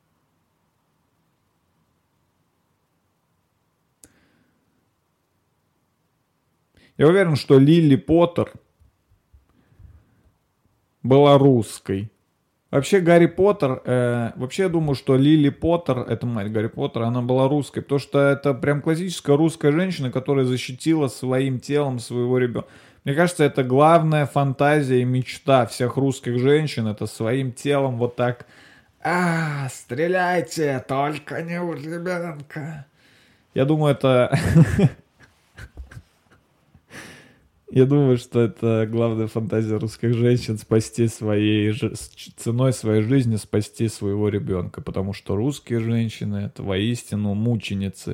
Я уверен, что Лили Поттер была русской. Вообще Гарри Поттер, э, вообще я думаю, что Лили Поттер, это мать Гарри Поттера, она была русской, потому что это прям классическая русская женщина, которая защитила своим телом своего ребенка. Мне кажется, это главная фантазия и мечта всех русских женщин, это своим телом вот так, а, стреляйте, только не у ребенка. Я думаю, это... Я думаю, что это главная фантазия русских женщин — спасти своей жи- ценой своей жизни спасти своего ребенка, потому что русские женщины — это воистину мученицы.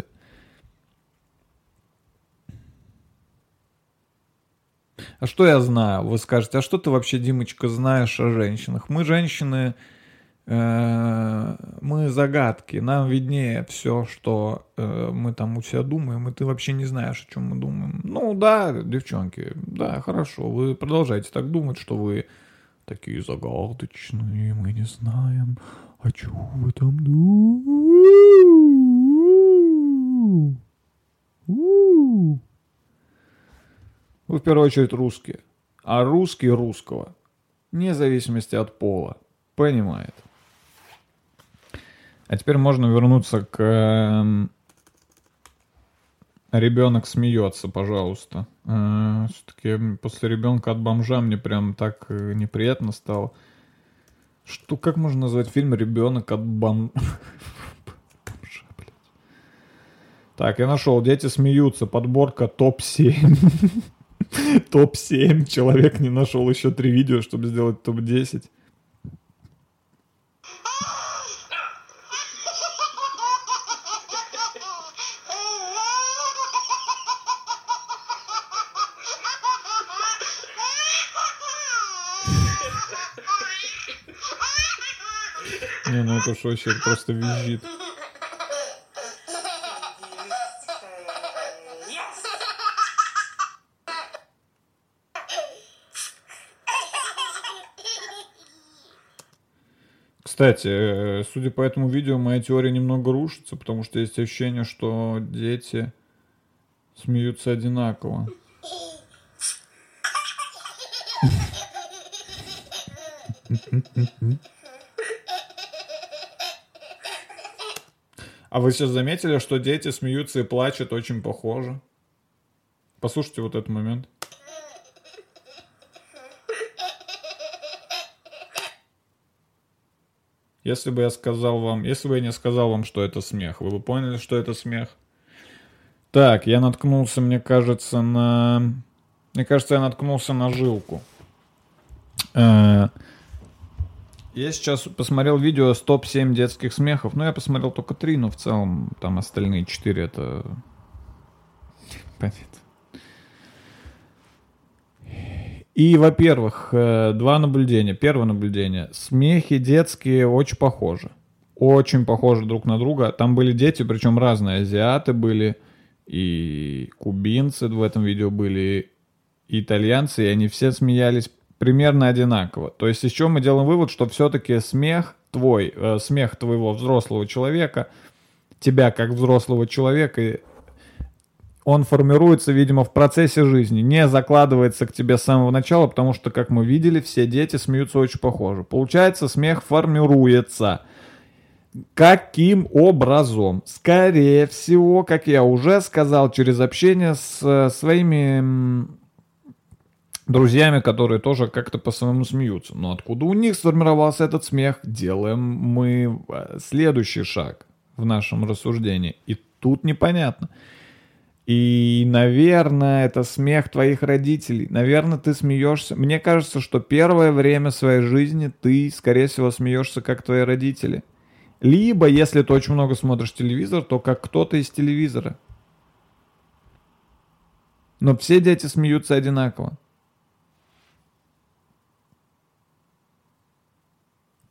А что я знаю? Вы скажете, а что ты вообще, Димочка, знаешь о женщинах? Мы женщины, э, мы загадки, нам виднее все, что э, мы там у себя думаем, и ты вообще не знаешь, о чем мы думаем. Ну да, девчонки, да, хорошо, вы продолжайте так думать, что вы такие загадочные, мы не знаем, о чем вы там думаете. Вы в первую очередь русские, а русский русского, вне зависимости от пола, понимает. А теперь можно вернуться к... Э, ребенок смеется, пожалуйста. Э, все-таки после ребенка от бомжа мне прям так э, неприятно стало. Что, как можно назвать фильм «Ребенок от бом... бомжа», блядь. Так, я нашел. Дети смеются. Подборка топ семь. топ семь. Человек не нашел еще три видео, чтобы сделать топ десять. Не, ну это что, вообще просто визжит. Кстати, судя по этому видео, моя теория немного рушится, потому что есть ощущение, что дети смеются одинаково. А вы сейчас заметили, что дети смеются и плачут очень похоже? Послушайте вот этот момент. Если бы я сказал вам, если бы я не сказал вам, что это смех, вы бы поняли, что это смех? Так, я наткнулся, мне кажется, на... Мне кажется, я наткнулся на жилку. Я сейчас посмотрел видео с топ семь детских смехов. Ну, я посмотрел только три, но в целом там остальные четыре это... Понятно. И, во-первых, два наблюдения. Первое наблюдение. Смехи детские очень похожи. Очень похожи друг на друга. Там были дети, причем разные. Азиаты были, и кубинцы в этом видео были, и итальянцы, и они все смеялись примерно одинаково. То есть из чего мы делаем вывод, что все-таки смех твой, э, смех твоего взрослого человека, тебя как взрослого человека, он формируется, видимо, в процессе жизни, не закладывается к тебе с самого начала, потому что, как мы видели, все дети смеются очень похоже. Получается, смех формируется. Каким образом? Скорее всего, как я уже сказал, через общение с своими друзьями, которые тоже как-то по-своему смеются. Но откуда у них сформировался этот смех, делаем мы следующий шаг в нашем рассуждении. И тут непонятно. И, наверное, это смех твоих родителей. Наверное, ты смеешься. Мне кажется, что первое время своей жизни ты, скорее всего, смеешься, как твои родители. Либо, если ты очень много смотришь телевизор, то как кто-то из телевизора. Но все дети смеются одинаково.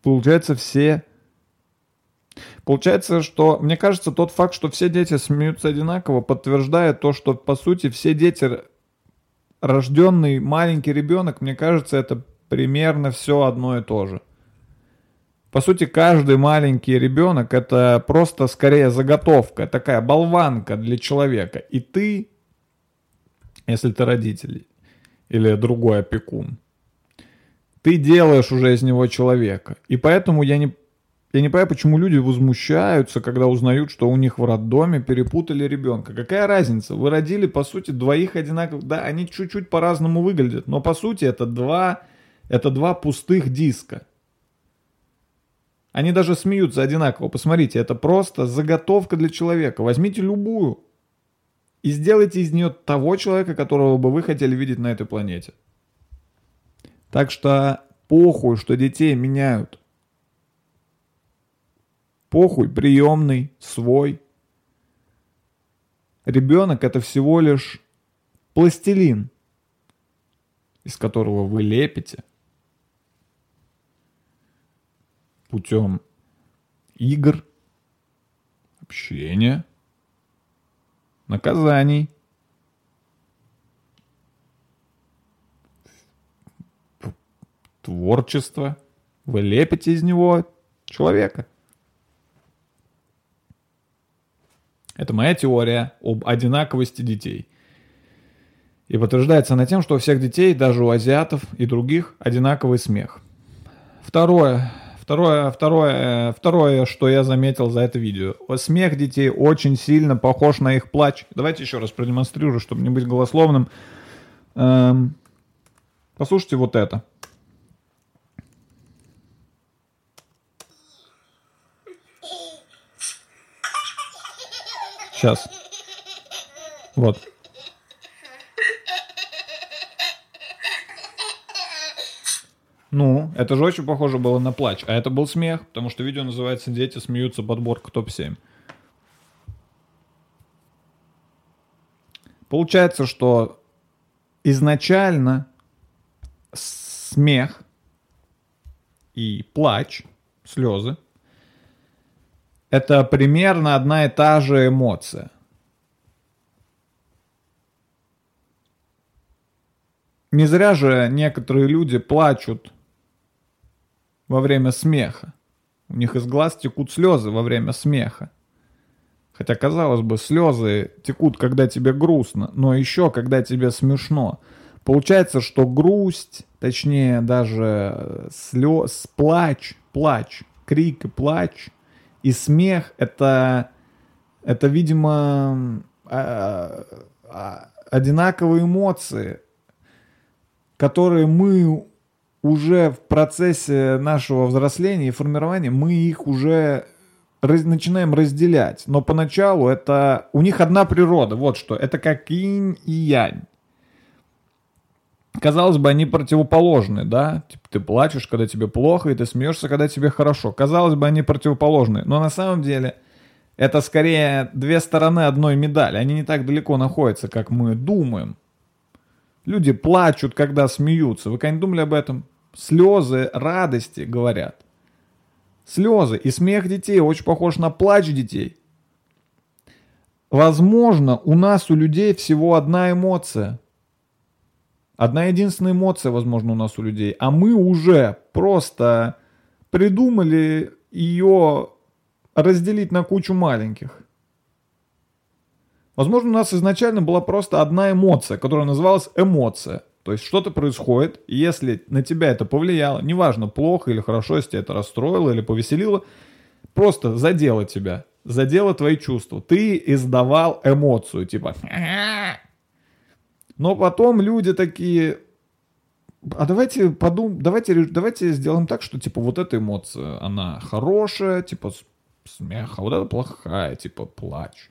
Получается, все... Получается, что, мне кажется, тот факт, что все дети смеются одинаково, подтверждает то, что, по сути, все дети, рожденный маленький ребенок, мне кажется, это примерно все одно и то же. По сути, каждый маленький ребенок — это просто, скорее, заготовка, такая болванка для человека. И ты, если ты родитель или другой опекун, ты делаешь уже из него человека. И поэтому я не, я не понимаю, почему люди возмущаются, когда узнают, что у них в роддоме перепутали ребенка. Какая разница? Вы родили, по сути, двоих одинаковых. Да, они чуть-чуть по-разному выглядят, но, по сути, это два, это два пустых диска. Они даже смеются одинаково. Посмотрите, это просто заготовка для человека. Возьмите любую и сделайте из нее того человека, которого бы вы хотели видеть на этой планете. Так что похуй, что детей меняют. Похуй, приемный, свой. Ребенок — это всего лишь пластилин, из которого вы лепите путем игр, общения, наказаний, творчества. Вы лепите из него человека. Это моя теория об одинаковости детей. И подтверждается она тем, что у всех детей, даже у азиатов и других, одинаковый смех. Второе. Второе, второе, второе, что я заметил за это видео. Смех детей очень сильно похож на их плач. Давайте еще раз продемонстрирую, чтобы не быть голословным. Эм, послушайте вот это. Сейчас. Вот. Ну, это же очень похоже было на плач. А это был смех, потому что видео называется «Дети смеются. Подборка топ семь». Получается, что изначально смех и плач, слезы, это примерно одна и та же эмоция. Не зря же некоторые люди плачут во время смеха. У них из глаз текут слезы во время смеха. Хотя, казалось бы, слезы текут, когда тебе грустно, но еще когда тебе смешно. Получается, что грусть, точнее даже слез, плач, плач, крик и плач и смех — это, это, видимо, одинаковые эмоции, которые мы уже в процессе нашего взросления и формирования, мы их уже раз, начинаем разделять. Но поначалу это у них одна природа, вот что. Это как инь и янь. Казалось бы, они противоположны, да? Типа ты плачешь, когда тебе плохо, и ты смеешься, когда тебе хорошо. Казалось бы, они противоположны. Но на самом деле это скорее две стороны одной медали. Они не так далеко находятся, как мы думаем. Люди плачут, когда смеются. Вы когда-нибудь думали об этом? Слезы радости, говорят. Слезы и смех детей очень похож на плач детей. Возможно, у нас, у людей, всего одна эмоция. Одна единственная эмоция, возможно, у нас у людей. А мы уже просто придумали ее разделить на кучу маленьких. Возможно, у нас изначально была просто одна эмоция, которая называлась эмоция. То есть что-то происходит, и если на тебя это повлияло, неважно, плохо или хорошо, если тебя это расстроило или повеселило, просто задело тебя, задело твои чувства. Ты издавал эмоцию, типа... Но потом люди такие... А давайте подумаем, давайте, давайте сделаем так, что типа вот эта эмоция, она хорошая, типа смех, а вот эта плохая, типа плач.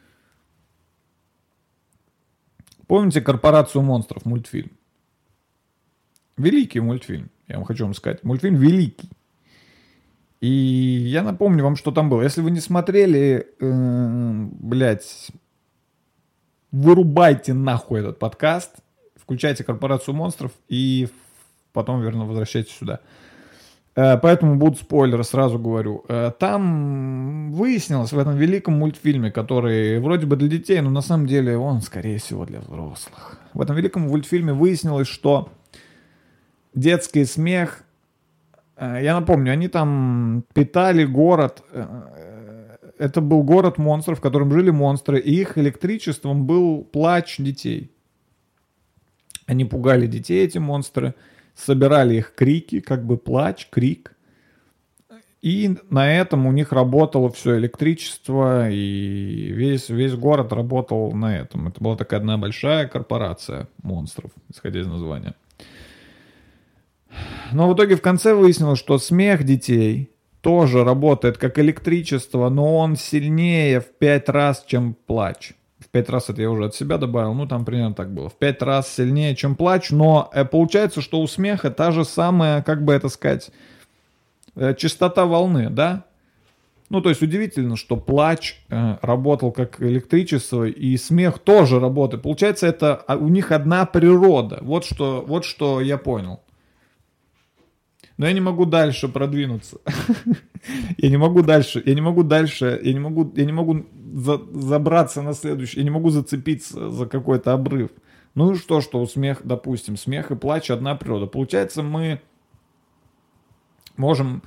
Помните «Корпорацию монстров» мультфильм? Великий мультфильм, я вам хочу вам сказать. Мультфильм великий. И я напомню вам, что там было. Если вы не смотрели, э, блядь, вырубайте нахуй этот подкаст, включайте «Корпорацию монстров» и потом, верно, возвращайтесь сюда. Э, Поэтому будут спойлеры, сразу говорю. Э, Там выяснилось в этом великом мультфильме, который вроде бы для детей, но на самом деле он, скорее всего, для взрослых. В этом великом мультфильме выяснилось, что детский смех, э, я напомню, они там питали город. э, Это был город монстров, в котором жили монстры, и их электричеством был плач детей. Они пугали детей, эти монстры, собирали их крики, как бы плач, крик. И на этом у них работало все электричество, и весь, весь город работал на этом. Это была такая одна большая корпорация монстров, исходя из названия. Но в итоге в конце выяснилось, что смех детей тоже работает как электричество, но он сильнее в пять раз, чем плач. В пять раз это я уже от себя добавил, ну там примерно так было. В пять раз сильнее, чем плач, но э, получается, что у смеха та же самая, как бы это сказать, э, частота волны, да? Ну, то есть удивительно, что плач э, работал как электричество, и смех тоже работает. Получается, это у них одна природа. Вот что, вот что я понял. Но я не могу дальше продвинуться. Я не могу дальше, я не могу дальше, я не могу, я не могу за, забраться на следующий, я не могу зацепиться за какой-то обрыв. Ну и что, что у смех, допустим, смех и плач одна природа. Получается, мы можем...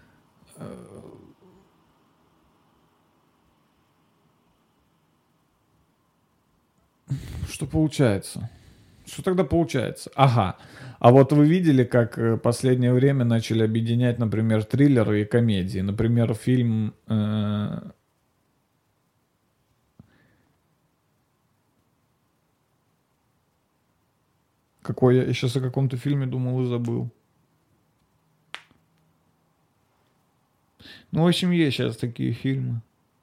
Что получается? Что тогда получается? Ага. А вот вы видели, как в последнее время начали объединять, например, триллеры и комедии. Например, фильм... Э... Какой я... я сейчас о каком-то фильме думал и забыл. Ну, в общем, есть сейчас такие фильмы.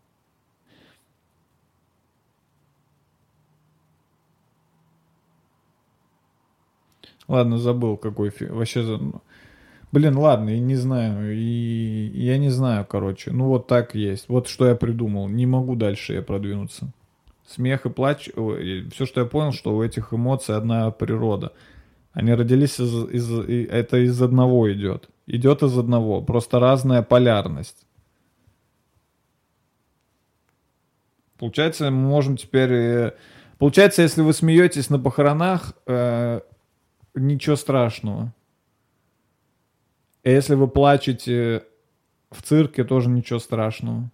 Ладно, забыл, какой фильм. Вообще, за- блин, ладно, я не знаю. И я не знаю, короче. Ну, вот так есть. Вот что я придумал. Не могу дальше я продвинуться. Смех и плач. Все, что я понял, что у этих эмоций одна природа. Они родились из, из, и это из одного идет. Идет из одного. Просто разная полярность. Получается, мы можем теперь... э, Получается, если вы смеетесь на похоронах, э, ничего страшного. А если вы плачете в цирке, тоже ничего страшного.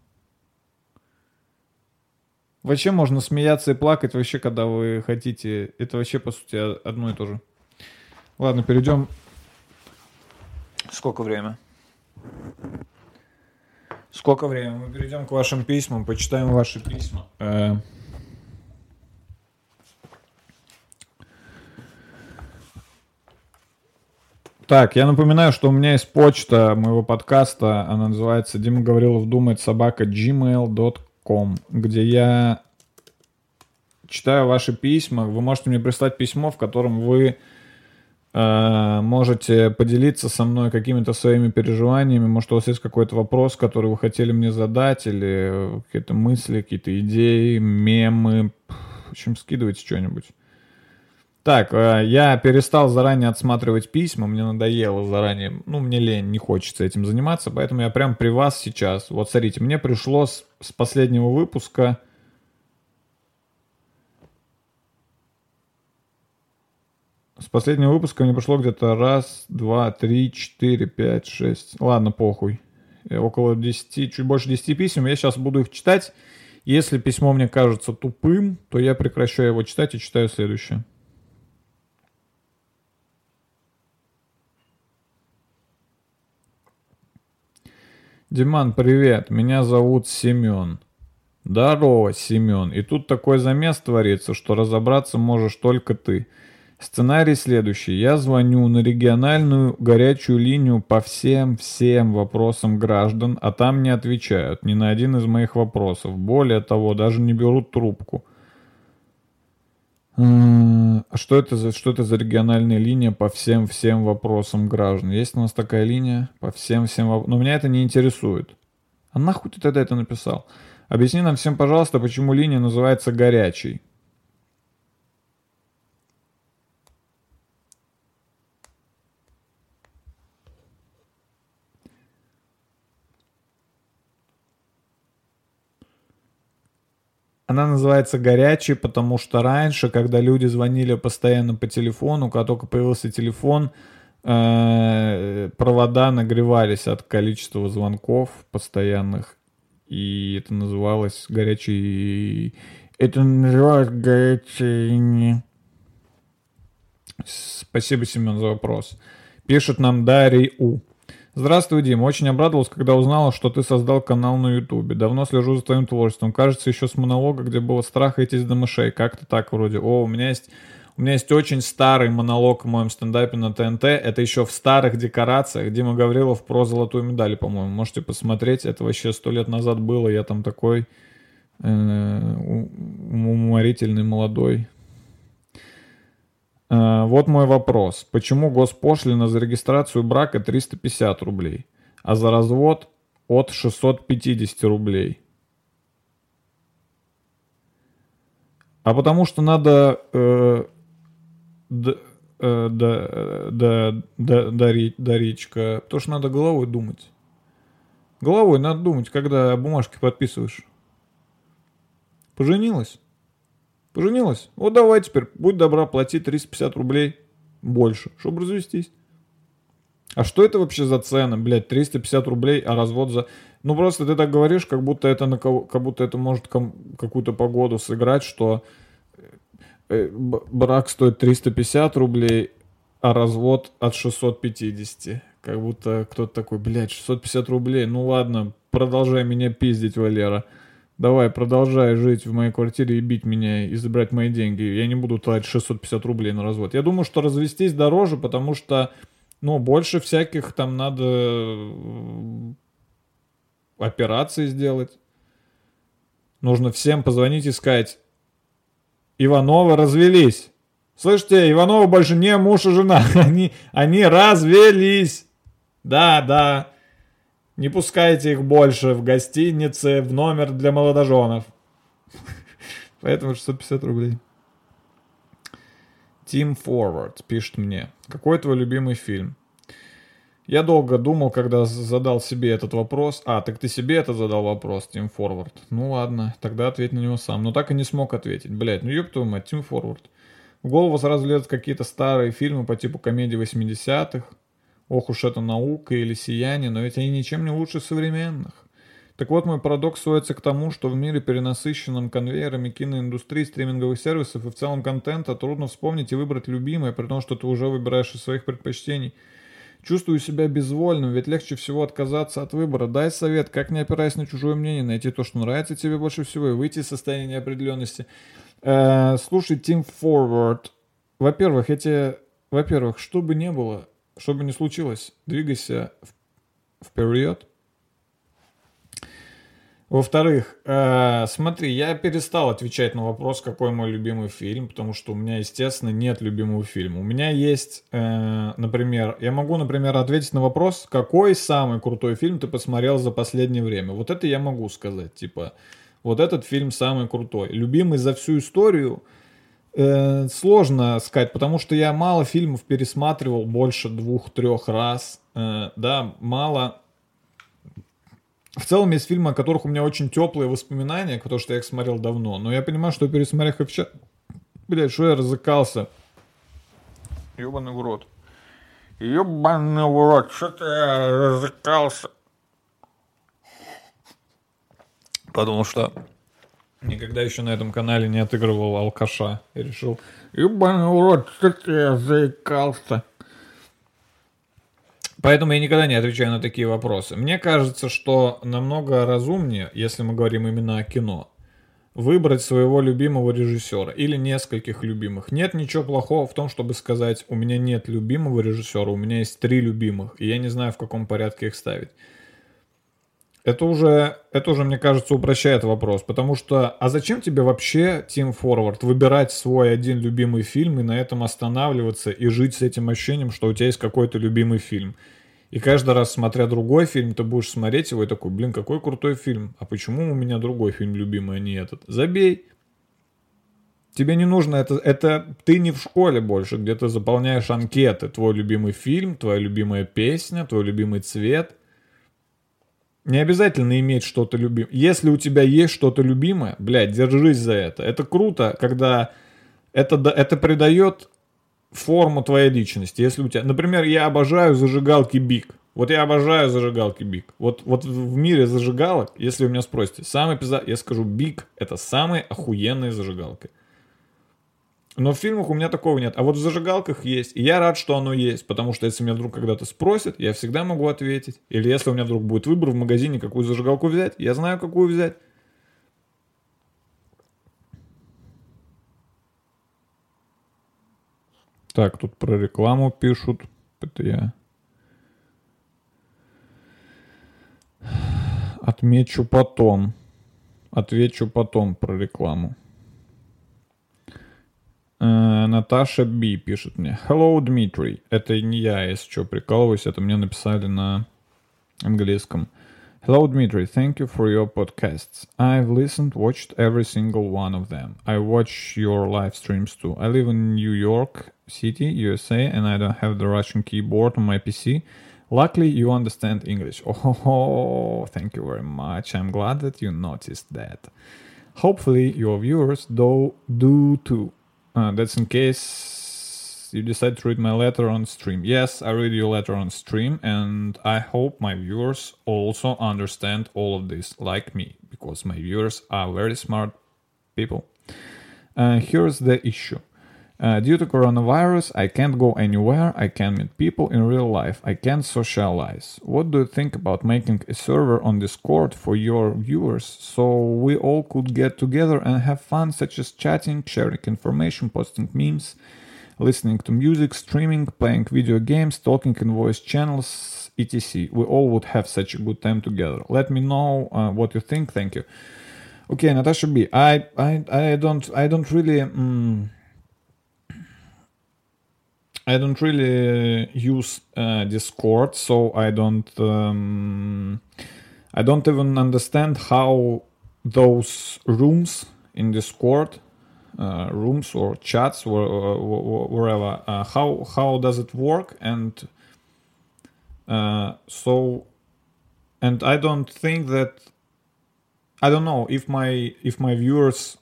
Вообще можно смеяться и плакать, вообще, когда вы хотите. Это вообще, по сути, одно и то же. Ладно, перейдем. Сколько время? Сколько времени? Мы перейдем к вашим письмам, почитаем ваши письма. Э, Так, я напоминаю, что у меня есть почта моего подкаста, она называется Дима Гаврилов думает собака gmail точка com, где я читаю ваши письма. Вы можете мне прислать письмо, в котором вы э, можете поделиться со мной какими-то своими переживаниями. Может, у вас есть какой-то вопрос, который вы хотели мне задать, или какие-то мысли, какие-то идеи, мемы. В общем, скидывайте что-нибудь. Так, э, я перестал заранее отсматривать письма, мне надоело заранее, ну, мне лень, не хочется этим заниматься, поэтому я прям при вас сейчас. Вот, смотрите, мне пришло с, с последнего выпуска... С последнего выпуска мне пришло где-то раз, два, три, четыре, пять, шесть. Ладно, похуй. Около десяти, чуть больше десяти писем. Я сейчас буду их читать. Если письмо мне кажется тупым, то я прекращаю его читать и читаю следующее. Диман, привет. Меня зовут Семен. Здорово, Семен. И тут такой замес творится, что разобраться можешь только ты. Сценарий следующий. Я звоню на региональную горячую линию по всем-всем вопросам граждан, а там не отвечают ни на один из моих вопросов. Более того, даже не берут трубку. А что это за, что это за региональная линия по всем-всем вопросам граждан? Есть у нас такая линия по всем-всем вопросам? Но меня это не интересует. А нахуй ты тогда это написал? Объясни нам всем, пожалуйста, почему линия называется горячей. Она называется «Горячий», потому что раньше, когда люди звонили постоянно по телефону, когда только появился телефон, э, провода нагревались от количества звонков постоянных. И это называлось «Горячий». Это называлось «Горячий». Спасибо, Семен, за вопрос. Пишет нам Дарий У. Здравствуй, Дим. Очень обрадовался, когда узнала, что ты создал канал на Ютубе. Давно слежу за твоим творчеством. Кажется, еще с монолога, где было страх идти до мышей. Как-то так вроде. О, у меня есть... У меня есть очень старый монолог в моем стендапе на ТНТ. Это еще в старых декорациях. Дима Гаврилов про золотую медаль, по-моему. Можете посмотреть. Это вообще сто лет назад было. Я там такой э, уморительный, молодой. Э, вот мой вопрос. Почему госпошлина за регистрацию брака триста пятьдесят рублей, а за развод от шестьсот пятьдесят рублей? А потому что надо... Э, Да, да, да, да, дарить, даричка. Потому что надо головой думать. Головой надо думать, когда бумажки подписываешь. Поженилась? Поженилась? Вот давай теперь, будь добра, плати триста пятьдесят рублей больше, чтобы развестись. А что это вообще за цена, блядь, триста пятьдесят рублей, а развод за... Ну просто ты так говоришь, как будто это, на кого... как будто это может ком... какую-то погоду сыграть, что... брак стоит триста пятьдесят рублей, а развод от шестьсот пятьдесят. Как будто кто-то такой, блядь, шестьсот пятьдесят рублей. Ну ладно, продолжай меня пиздить, Валера. Давай, продолжай жить в моей квартире и бить меня, и забрать мои деньги. Я не буду тратить шестьсот пятьдесят рублей на развод. Я думаю, что развестись дороже, потому что, ну, больше всяких там надо операций сделать. Нужно всем позвонить и сказать: Ивановы развелись. Слышите, Ивановы больше не муж и жена. Они, они развелись. Да, да. Не пускайте их больше в гостинице, в номер для молодоженов. Поэтому шестьсот пятьдесят рублей. Team Forward пишет мне. Какой твой любимый фильм? Я долго думал, когда задал себе этот вопрос. А, так ты себе это задал вопрос, Team Forward. Ну ладно, тогда ответь на него сам. Но так и не смог ответить. Блять, ну ёб твою мать, Team Forward. В голову сразу лезут какие-то старые фильмы по типу комедий восьмидесятых. Ох уж это наука или сияние, но ведь они ничем не лучше современных. Так вот, мой парадокс сводится к тому, что в мире, перенасыщенном конвейерами киноиндустрии, стриминговых сервисов и в целом контента, трудно вспомнить и выбрать любимое, при том, что ты уже выбираешь из своих предпочтений. Чувствую себя безвольным, ведь легче всего отказаться от выбора. Дай совет, как, не опираясь на чужое мнение, найти то, что нравится тебе больше всего, и выйти из состояния неопределенности. Э, слушай, Team Forward. Во-первых, эти... Во-первых, что бы ни было, что бы ни случилось, двигайся вперед. Во-вторых, э, смотри, я перестал отвечать на вопрос, какой мой любимый фильм, потому что у меня, естественно, нет любимого фильма. У меня есть, э, например, я могу, например, ответить на вопрос, какой самый крутой фильм ты посмотрел за последнее время. Вот это я могу сказать, типа, вот этот фильм самый крутой. Любимый за всю историю э, сложно сказать, потому что я мало фильмов пересматривал больше двух-трех раз, э, да, мало... В целом есть фильмы, о которых у меня очень теплые воспоминания, потому что я их смотрел давно. Но я понимаю, что пересмотрев их сейчас... Блядь, что я разыкался? Ёбаный в рот. Ёбаный в рот, что-то я разыкался. Потому что никогда еще на этом канале не отыгрывал алкаша. Я решил, ёбаный в рот, что-то я заикался. Поэтому я никогда не отвечаю на такие вопросы. Мне кажется, что намного разумнее, если мы говорим именно о кино, выбрать своего любимого режиссера или нескольких любимых. Нет ничего плохого в том, чтобы сказать, у меня нет любимого режиссера, у меня есть три любимых, и я не знаю, в каком порядке их ставить. Это уже, это уже, мне кажется, упрощает вопрос, потому что, а зачем тебе вообще, Team Forward, выбирать свой один любимый фильм и на этом останавливаться и жить с этим ощущением, что у тебя есть какой-то любимый фильм? И каждый раз, смотря другой фильм, ты будешь смотреть его и такой, блин, какой крутой фильм, а почему у меня другой фильм любимый, а не этот? Забей. Тебе не нужно это, это ты не в школе больше, где ты заполняешь анкеты, твой любимый фильм, твоя любимая песня, твой любимый цвет. Не обязательно иметь что-то любимое. Если у тебя есть что-то любимое, блядь, держись за это. Это круто, когда это, это придает форму твоей личности. Если у тебя, например, я обожаю зажигалки Биг. Вот я обожаю зажигалки Биг. Вот, вот в мире зажигалок, если вы меня спросите, самый пизда, я скажу, Биг это самые охуенные зажигалки. Но в фильмах у меня такого нет. А вот в зажигалках есть. И я рад, что оно есть. Потому что если меня вдруг когда-то спросят, я всегда могу ответить. Или если у меня вдруг будет выбор в магазине, какую зажигалку взять, я знаю, какую взять. Так, тут про рекламу пишут. Это я отмечу потом. Отвечу потом про рекламу. Uh, Наташа Би пишет мне. Hello, Дмитрий. Это не я, если что, прикалываюсь. Это мне написали на английском. Hello, Dmitry. Thank you for your podcasts. I've listened, watched every single one of them. I watch your live streams too. I live in New York City, U S A, and I don't have the Russian keyboard on my P C. Luckily, you understand English. Oh, thank you very much. I'm glad that you noticed that. Hopefully, your viewers do, do too. Uh, that's in case you decide to read my letter on stream. Yes, I read your letter on stream, and I hope my viewers also understand all of this, like me, because my viewers are very smart people. Uh, here's the issue. Uh, due to coronavirus, I can't go anywhere, I can't meet people in real life, I can't socialize. What do you think about making a server on Discord for your viewers so we all could get together and have fun, such as chatting, sharing information, posting memes, listening to music, streaming, playing video games, talking in voice channels, et cetera. We all would have such a good time together. Let me know uh, what you think. Thank you. Okay, Natasha B. I I I don't I don't really um, I don't really use uh, Discord, so I don't um, I don't even understand how those rooms in Discord. Uh, rooms or chats or uh, wherever uh, how how does it work and uh, so and I don't think that I don't know if my if my viewers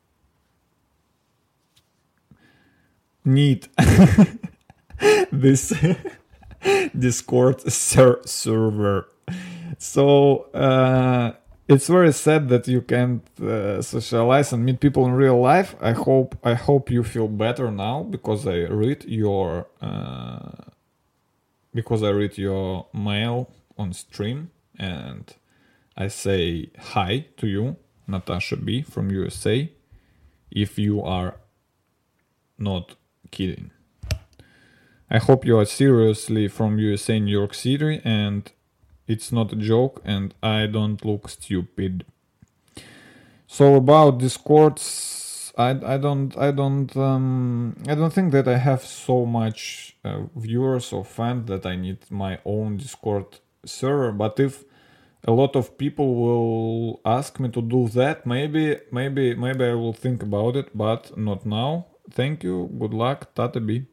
need this Discord ser- server so uh, it's very sad that you can't uh, socialize and meet people in real life. I hope I hope you feel better now because I read your uh, because I read your mail on stream and I say hi to you, Natasha B from U S A. If you are not kidding, I hope you are seriously from U S A, New York City, and it's not a joke and I don't look stupid. So about Discords, I, I don't I don't um, I don't think that I have so much uh, viewers or fans that I need my own Discord server. But if a lot of people will ask me to do that, maybe maybe maybe I will think about it, but not now. Thank you. Good luck, Tata B.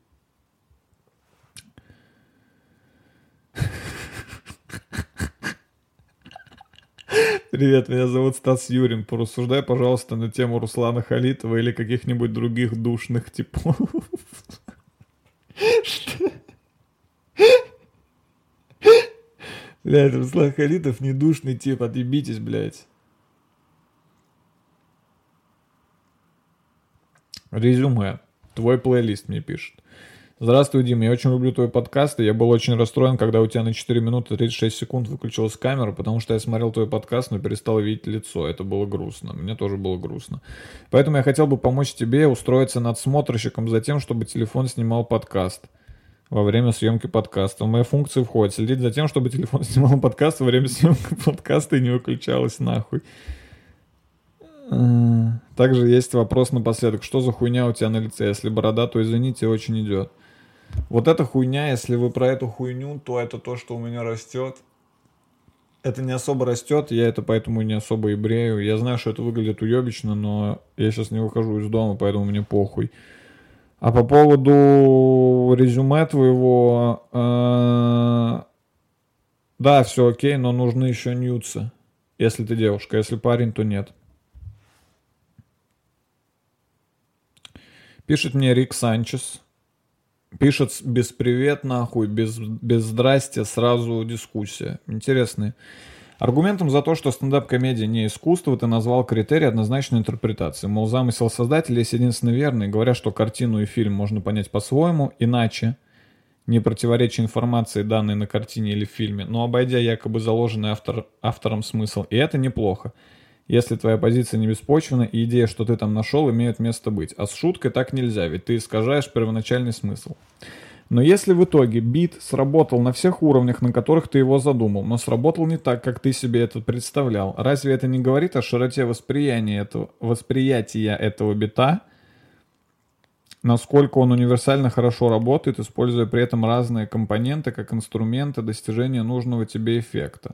Привет, меня зовут Стас Юрин. Порассуждай, пожалуйста, на тему Руслана Халитова или каких-нибудь других душных типов. Что? Блядь, Руслан Халитов не душный тип, отъебитесь, блядь. Резюме. Твой плейлист мне пишет. Здравствуй, Дим, я очень люблю твой подкаст, и я был очень расстроен, когда у тебя на четыре минуты тридцать шесть секунд выключилась камера, потому что я смотрел твой подкаст, но перестал видеть лицо. Это было грустно. Мне тоже было грустно. Поэтому я хотел бы помочь тебе устроиться надсмотрщиком за тем, чтобы телефон снимал подкаст во время съемки подкаста. В мои функции входит следить за тем, чтобы телефон снимал подкаст во время съемки подкаста и не выключалось нахуй. Также есть вопрос напоследок. Что за хуйня у тебя на лице? Если борода, то извините, очень идет. Вот эта хуйня, если вы про эту хуйню, то это то, что у меня растет. Это не особо растет, я это поэтому не особо и брею. Я знаю, что это выглядит уебично, но я сейчас не выхожу из дома, поэтому мне похуй. А по поводу резюме твоего, э, Да, все окей, но нужны еще нюцы. Если ты девушка, если парень, то нет. Пишет мне Рик Санчес. Пишет без привет нахуй, без, без здрасте, сразу дискуссия. Интересный. Аргументом за то, что стендап-комедия не искусство, ты назвал критерий однозначной интерпретации. Мол, замысел создателя есть единственно верный, говоря, что картину и фильм можно понять по-своему, иначе, не противоречия информации, данной на картине или в фильме, но обойдя якобы заложенный автор, автором смысл. И это неплохо, если твоя позиция не беспочвена и идея, что ты там нашел, имеет место быть. А с шуткой так нельзя, ведь ты искажаешь первоначальный смысл. Но если в итоге бит сработал на всех уровнях, на которых ты его задумал, но сработал не так, как ты себе это представлял, разве это не говорит о широте восприятия этого, восприятия этого бита, насколько он универсально хорошо работает, используя при этом разные компоненты как инструменты достижения нужного тебе эффекта?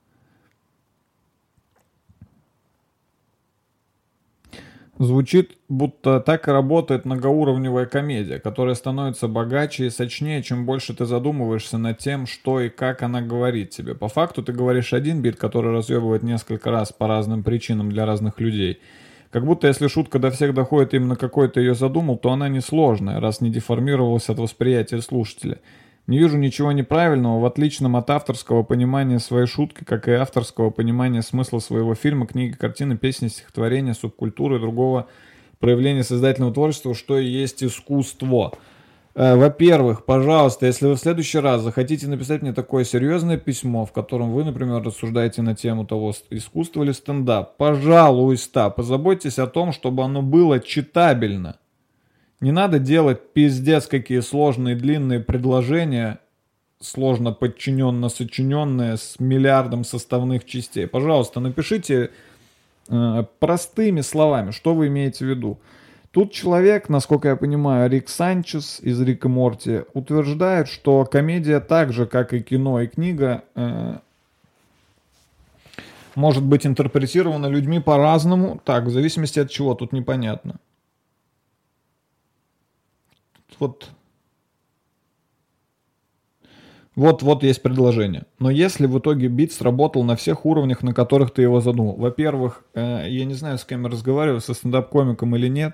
Звучит, будто так и работает многоуровневая комедия, которая становится богаче и сочнее, чем больше ты задумываешься над тем, что и как она говорит тебе. По факту ты говоришь один бит, который разъебывает несколько раз по разным причинам для разных людей. Как будто если шутка до всех доходит именно какой ты ее задумал, то она несложная, раз не деформировалась от восприятия слушателя. Не вижу ничего неправильного в отличном от авторского понимания своей шутки, как и авторского понимания смысла своего фильма, книги, картины, песни, стихотворения, субкультуры и другого проявления создательного творчества, что и есть искусство. Э, во-первых, пожалуйста, если вы в следующий раз захотите написать мне такое серьезное письмо, в котором вы, например, рассуждаете на тему того, искусство или стендап, пожалуйста, позаботьтесь о том, чтобы оно было читабельно. Не надо делать пиздец какие сложные длинные предложения, сложно подчиненно сочиненные с миллиардом составных частей. Пожалуйста, напишите э, простыми словами, что вы имеете в виду. Тут человек, насколько я понимаю, Рик Санчес из Рика Морти, утверждает, что комедия так же, как и кино и книга, э, может быть интерпретирована людьми по-разному. Так, в зависимости от чего, тут непонятно. Вот, вот, вот есть предложение. Но если в итоге бит сработал на всех уровнях, на которых ты его задумал. Во-первых, э, я не знаю, с кем я разговариваю, со стендап-комиком или нет.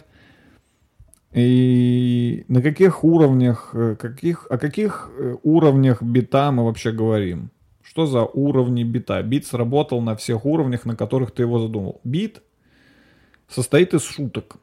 И на каких уровнях, каких, о каких уровнях бита мы вообще говорим? Что за уровни бита? Бит сработал на всех уровнях, на которых ты его задумал. Бит состоит из шуток.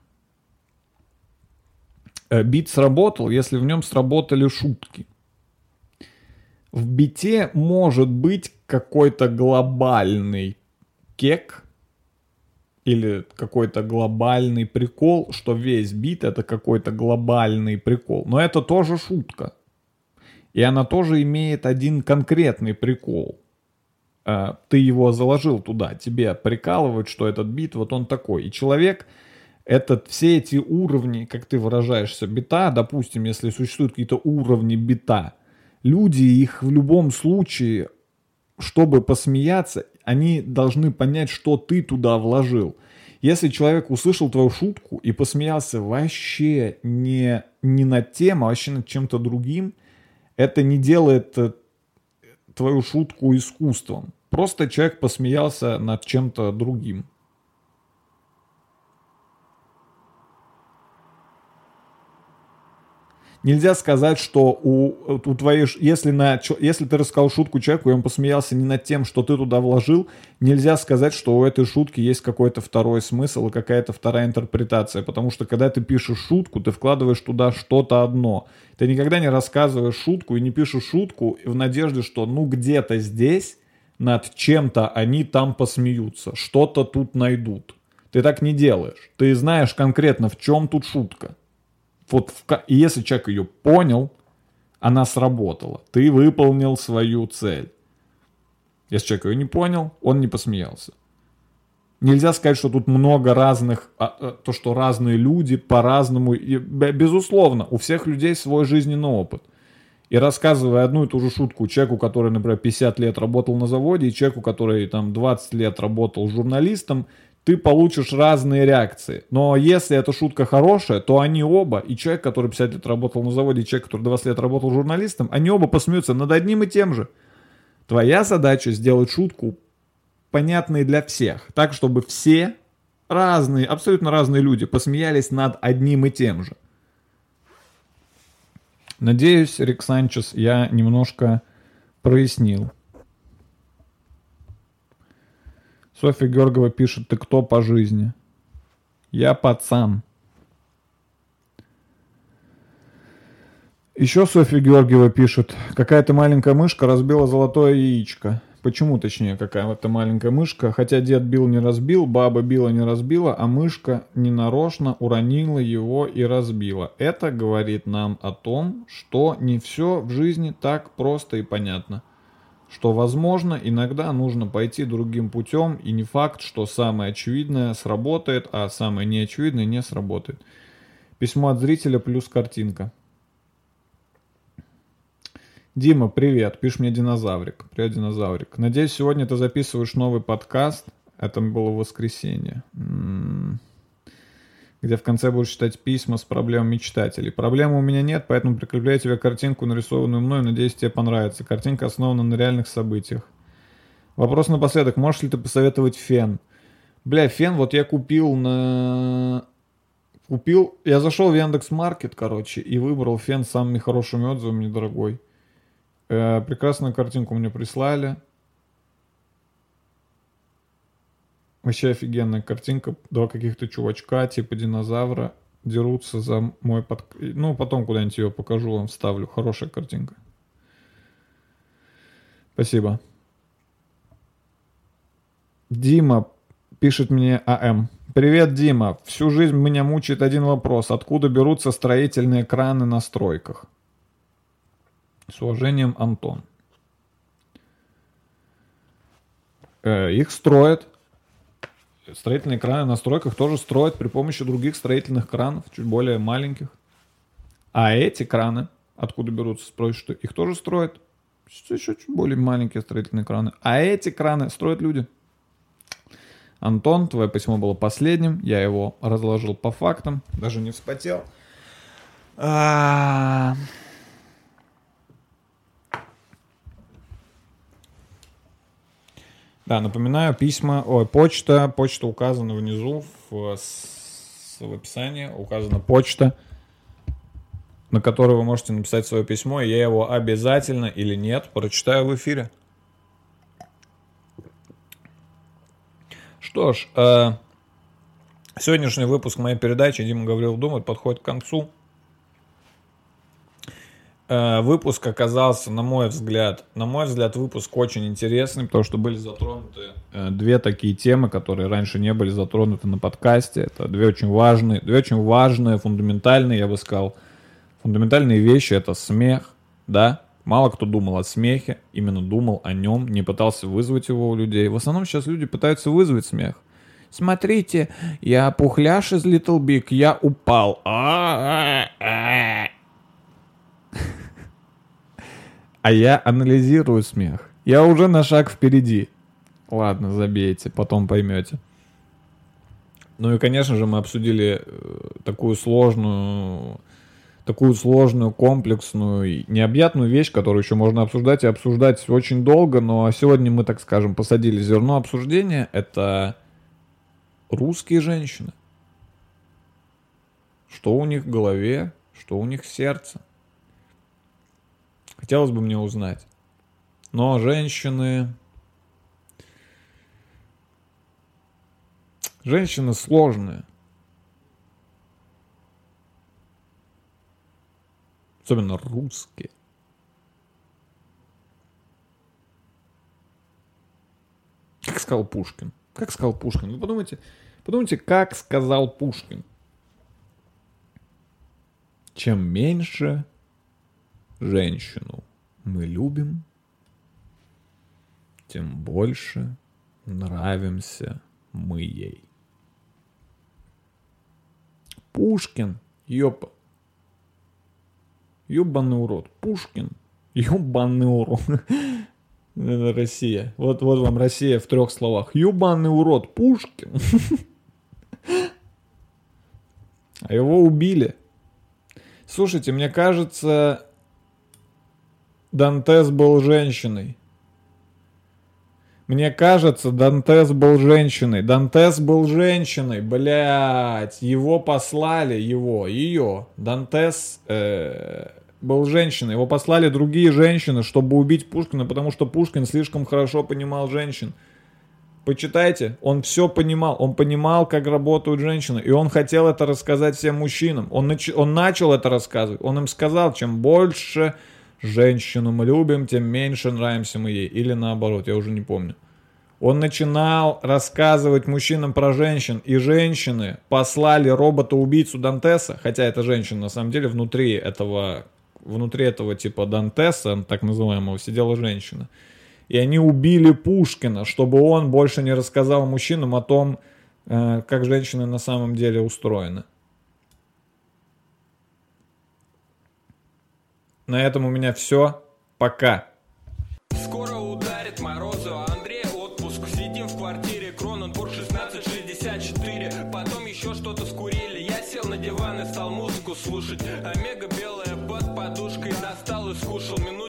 Бит сработал, если в нем сработали шутки. В бите может быть какой-то глобальный кек или какой-то глобальный прикол, что весь бит это какой-то глобальный прикол. Но это тоже шутка. И она тоже имеет один конкретный прикол. Ты его заложил туда, тебе прикалывают, что этот бит вот он такой. И человек... Этот, все эти уровни, как ты выражаешься, бита, допустим, если существуют какие-то уровни бита, люди их в любом случае, чтобы посмеяться, они должны понять, что ты туда вложил. Если человек услышал твою шутку и посмеялся вообще не, не над тем, а вообще над чем-то другим, это не делает твою шутку искусством. Просто человек посмеялся над чем-то другим. Нельзя сказать, что у, у твоей, если, на, если ты рассказал шутку человеку, и он посмеялся не над тем, что ты туда вложил, нельзя сказать, что у этой шутки есть какой-то второй смысл и какая-то вторая интерпретация. Потому что когда ты пишешь шутку, ты вкладываешь туда что-то одно. Ты никогда не рассказываешь шутку и не пишешь шутку в надежде, что ну где-то здесь над чем-то они там посмеются, что-то тут найдут. Ты так не делаешь. Ты знаешь конкретно, в чем тут шутка. Вот в, и если человек ее понял, она сработала. Ты выполнил свою цель. Если человек ее не понял, он не посмеялся. Нельзя сказать, что тут много разных, а, а, то, что разные люди по-разному. И, безусловно, у всех людей свой жизненный опыт. И рассказывая одну и ту же шутку человеку, который, например, пятьдесят лет работал на заводе, и человеку, который там двадцать лет работал журналистом, ты получишь разные реакции. Но если эта шутка хорошая, то они оба, и человек, который пятьдесят лет работал на заводе, и человек, который двадцать лет работал журналистом, они оба посмеются над одним и тем же. Твоя задача сделать шутку понятной для всех, так, чтобы все разные, абсолютно разные люди посмеялись над одним и тем же. Надеюсь, Рик Санчес, я немножко прояснил. Софья Георгиева пишет: ты кто по жизни? Я пацан. Еще Софья Георгиева пишет: какая-то маленькая мышка разбила золотое яичко. Почему, точнее, какая-то маленькая мышка? Хотя дед бил, не разбил, баба била, не разбила, а мышка ненарочно уронила его и разбила. Это говорит нам о том, что не все в жизни так просто и понятно. Что, возможно, иногда нужно пойти другим путем, и не факт, что самое очевидное сработает, а самое неочевидное не сработает. Письмо от зрителя плюс картинка. Дима, привет, пишешь мне динозаврик. Привет, динозаврик. Надеюсь, сегодня ты записываешь новый подкаст. Это было в воскресенье. М-м-м. Где в конце будешь читать письма с проблемами читателей. Проблемы у меня нет, поэтому прикрепляю тебе картинку, нарисованную мной. Надеюсь, тебе понравится. Картинка основана на реальных событиях. Вопрос напоследок. Можешь ли ты посоветовать фен? Бля, фен вот я купил на... Купил... Я зашел в Яндекс.Маркет, короче, и выбрал фен с самыми хорошими отзывами, недорогой. Э, прекрасную картинку мне прислали. Вообще офигенная картинка. Два каких-то чувачка, типа динозавра, дерутся за мой под... Ну, потом куда-нибудь ее покажу, вам вставлю. Хорошая картинка. Спасибо. Дима пишет мне АМ. Привет, Дима. Всю жизнь меня мучает один вопрос. Откуда берутся строительные краны на стройках? С уважением, Антон. Э, их строят. Строительные краны на стройках тоже строят при помощи других строительных кранов, чуть более маленьких. А эти краны, откуда берутся, спросишь, что их тоже строят. Еще чуть более маленькие строительные краны. А эти краны строят люди. Антон, твое письмо было последним. Я его разложил по фактам. Даже не вспотел. А... Да, напоминаю, письма, ой, почта, почта указана внизу в, в описании, указана почта, на которую вы можете написать свое письмо, и я его обязательно или нет прочитаю в эфире. Что ж, э, сегодняшний выпуск моей передачи «Дима Гаврилов думает» подходит к концу. Выпуск оказался, на мой взгляд, на мой взгляд, выпуск очень интересный, потому что были затронуты две такие темы, которые раньше не были затронуты на подкасте. Это две очень важные, две очень важные, фундаментальные, я бы сказал, фундаментальные вещи. Это смех, да. Мало кто думал о смехе, именно думал о нем, не пытался вызвать его у людей. В основном сейчас люди пытаются вызвать смех. Смотрите, я пухляш из Little Big, я упал. А-а-а. А я анализирую смех. Я уже на шаг впереди. Ладно, забейте, потом поймете. Ну и, конечно же, мы обсудили такую сложную, такую сложную, комплексную, необъятную вещь, которую еще можно обсуждать и обсуждать очень долго, но сегодня мы, так скажем, посадили зерно обсуждения. Это русские женщины. Что у них в голове, что у них в сердце. Хотелось бы мне узнать. Но женщины... Женщины сложные. Особенно русские. Как сказал Пушкин. Как сказал Пушкин. Вы подумайте, подумайте, как сказал Пушкин. Чем меньше... женщину мы любим, тем больше нравимся мы ей. Пушкин, ёпа. Ёбаный урод. Пушкин, ёбаный урод. Это Россия. Вот, вот вам Россия в трех словах. Ёбаный урод. Пушкин. А его убили. Слушайте, мне кажется... Дантес был женщиной. Мне кажется, Дантес был женщиной. Дантес был женщиной, блядь. Его послали, его, ее. Дантес э, был женщиной. Его послали другие женщины, чтобы убить Пушкина, потому что Пушкин слишком хорошо понимал женщин. Почитайте, он все понимал. Он понимал, как работают женщины. И он хотел это рассказать всем мужчинам. Он, нач... он начал это рассказывать. Он им сказал, чем больше женщину мы любим, тем меньше нравимся мы ей. Или наоборот, я уже не помню. Он начинал рассказывать мужчинам про женщин. И женщины послали робота-убийцу Дантеса. Хотя эта женщина на самом деле внутри этого, внутри этого типа Дантеса, так называемого, сидела женщина. И они убили Пушкина, чтобы он больше не рассказал мужчинам о том, как женщины на самом деле устроены. На этом у меня все. Пока. Скоро ударит морозу, а Андрей отпуск. Сидим в квартире, Кроненбург шестнадцать шестьдесят четыре. Потом еще что-то скурили. Я сел на диван и стал музыку слушать. Омега белая под подушкой достал и скушал минут.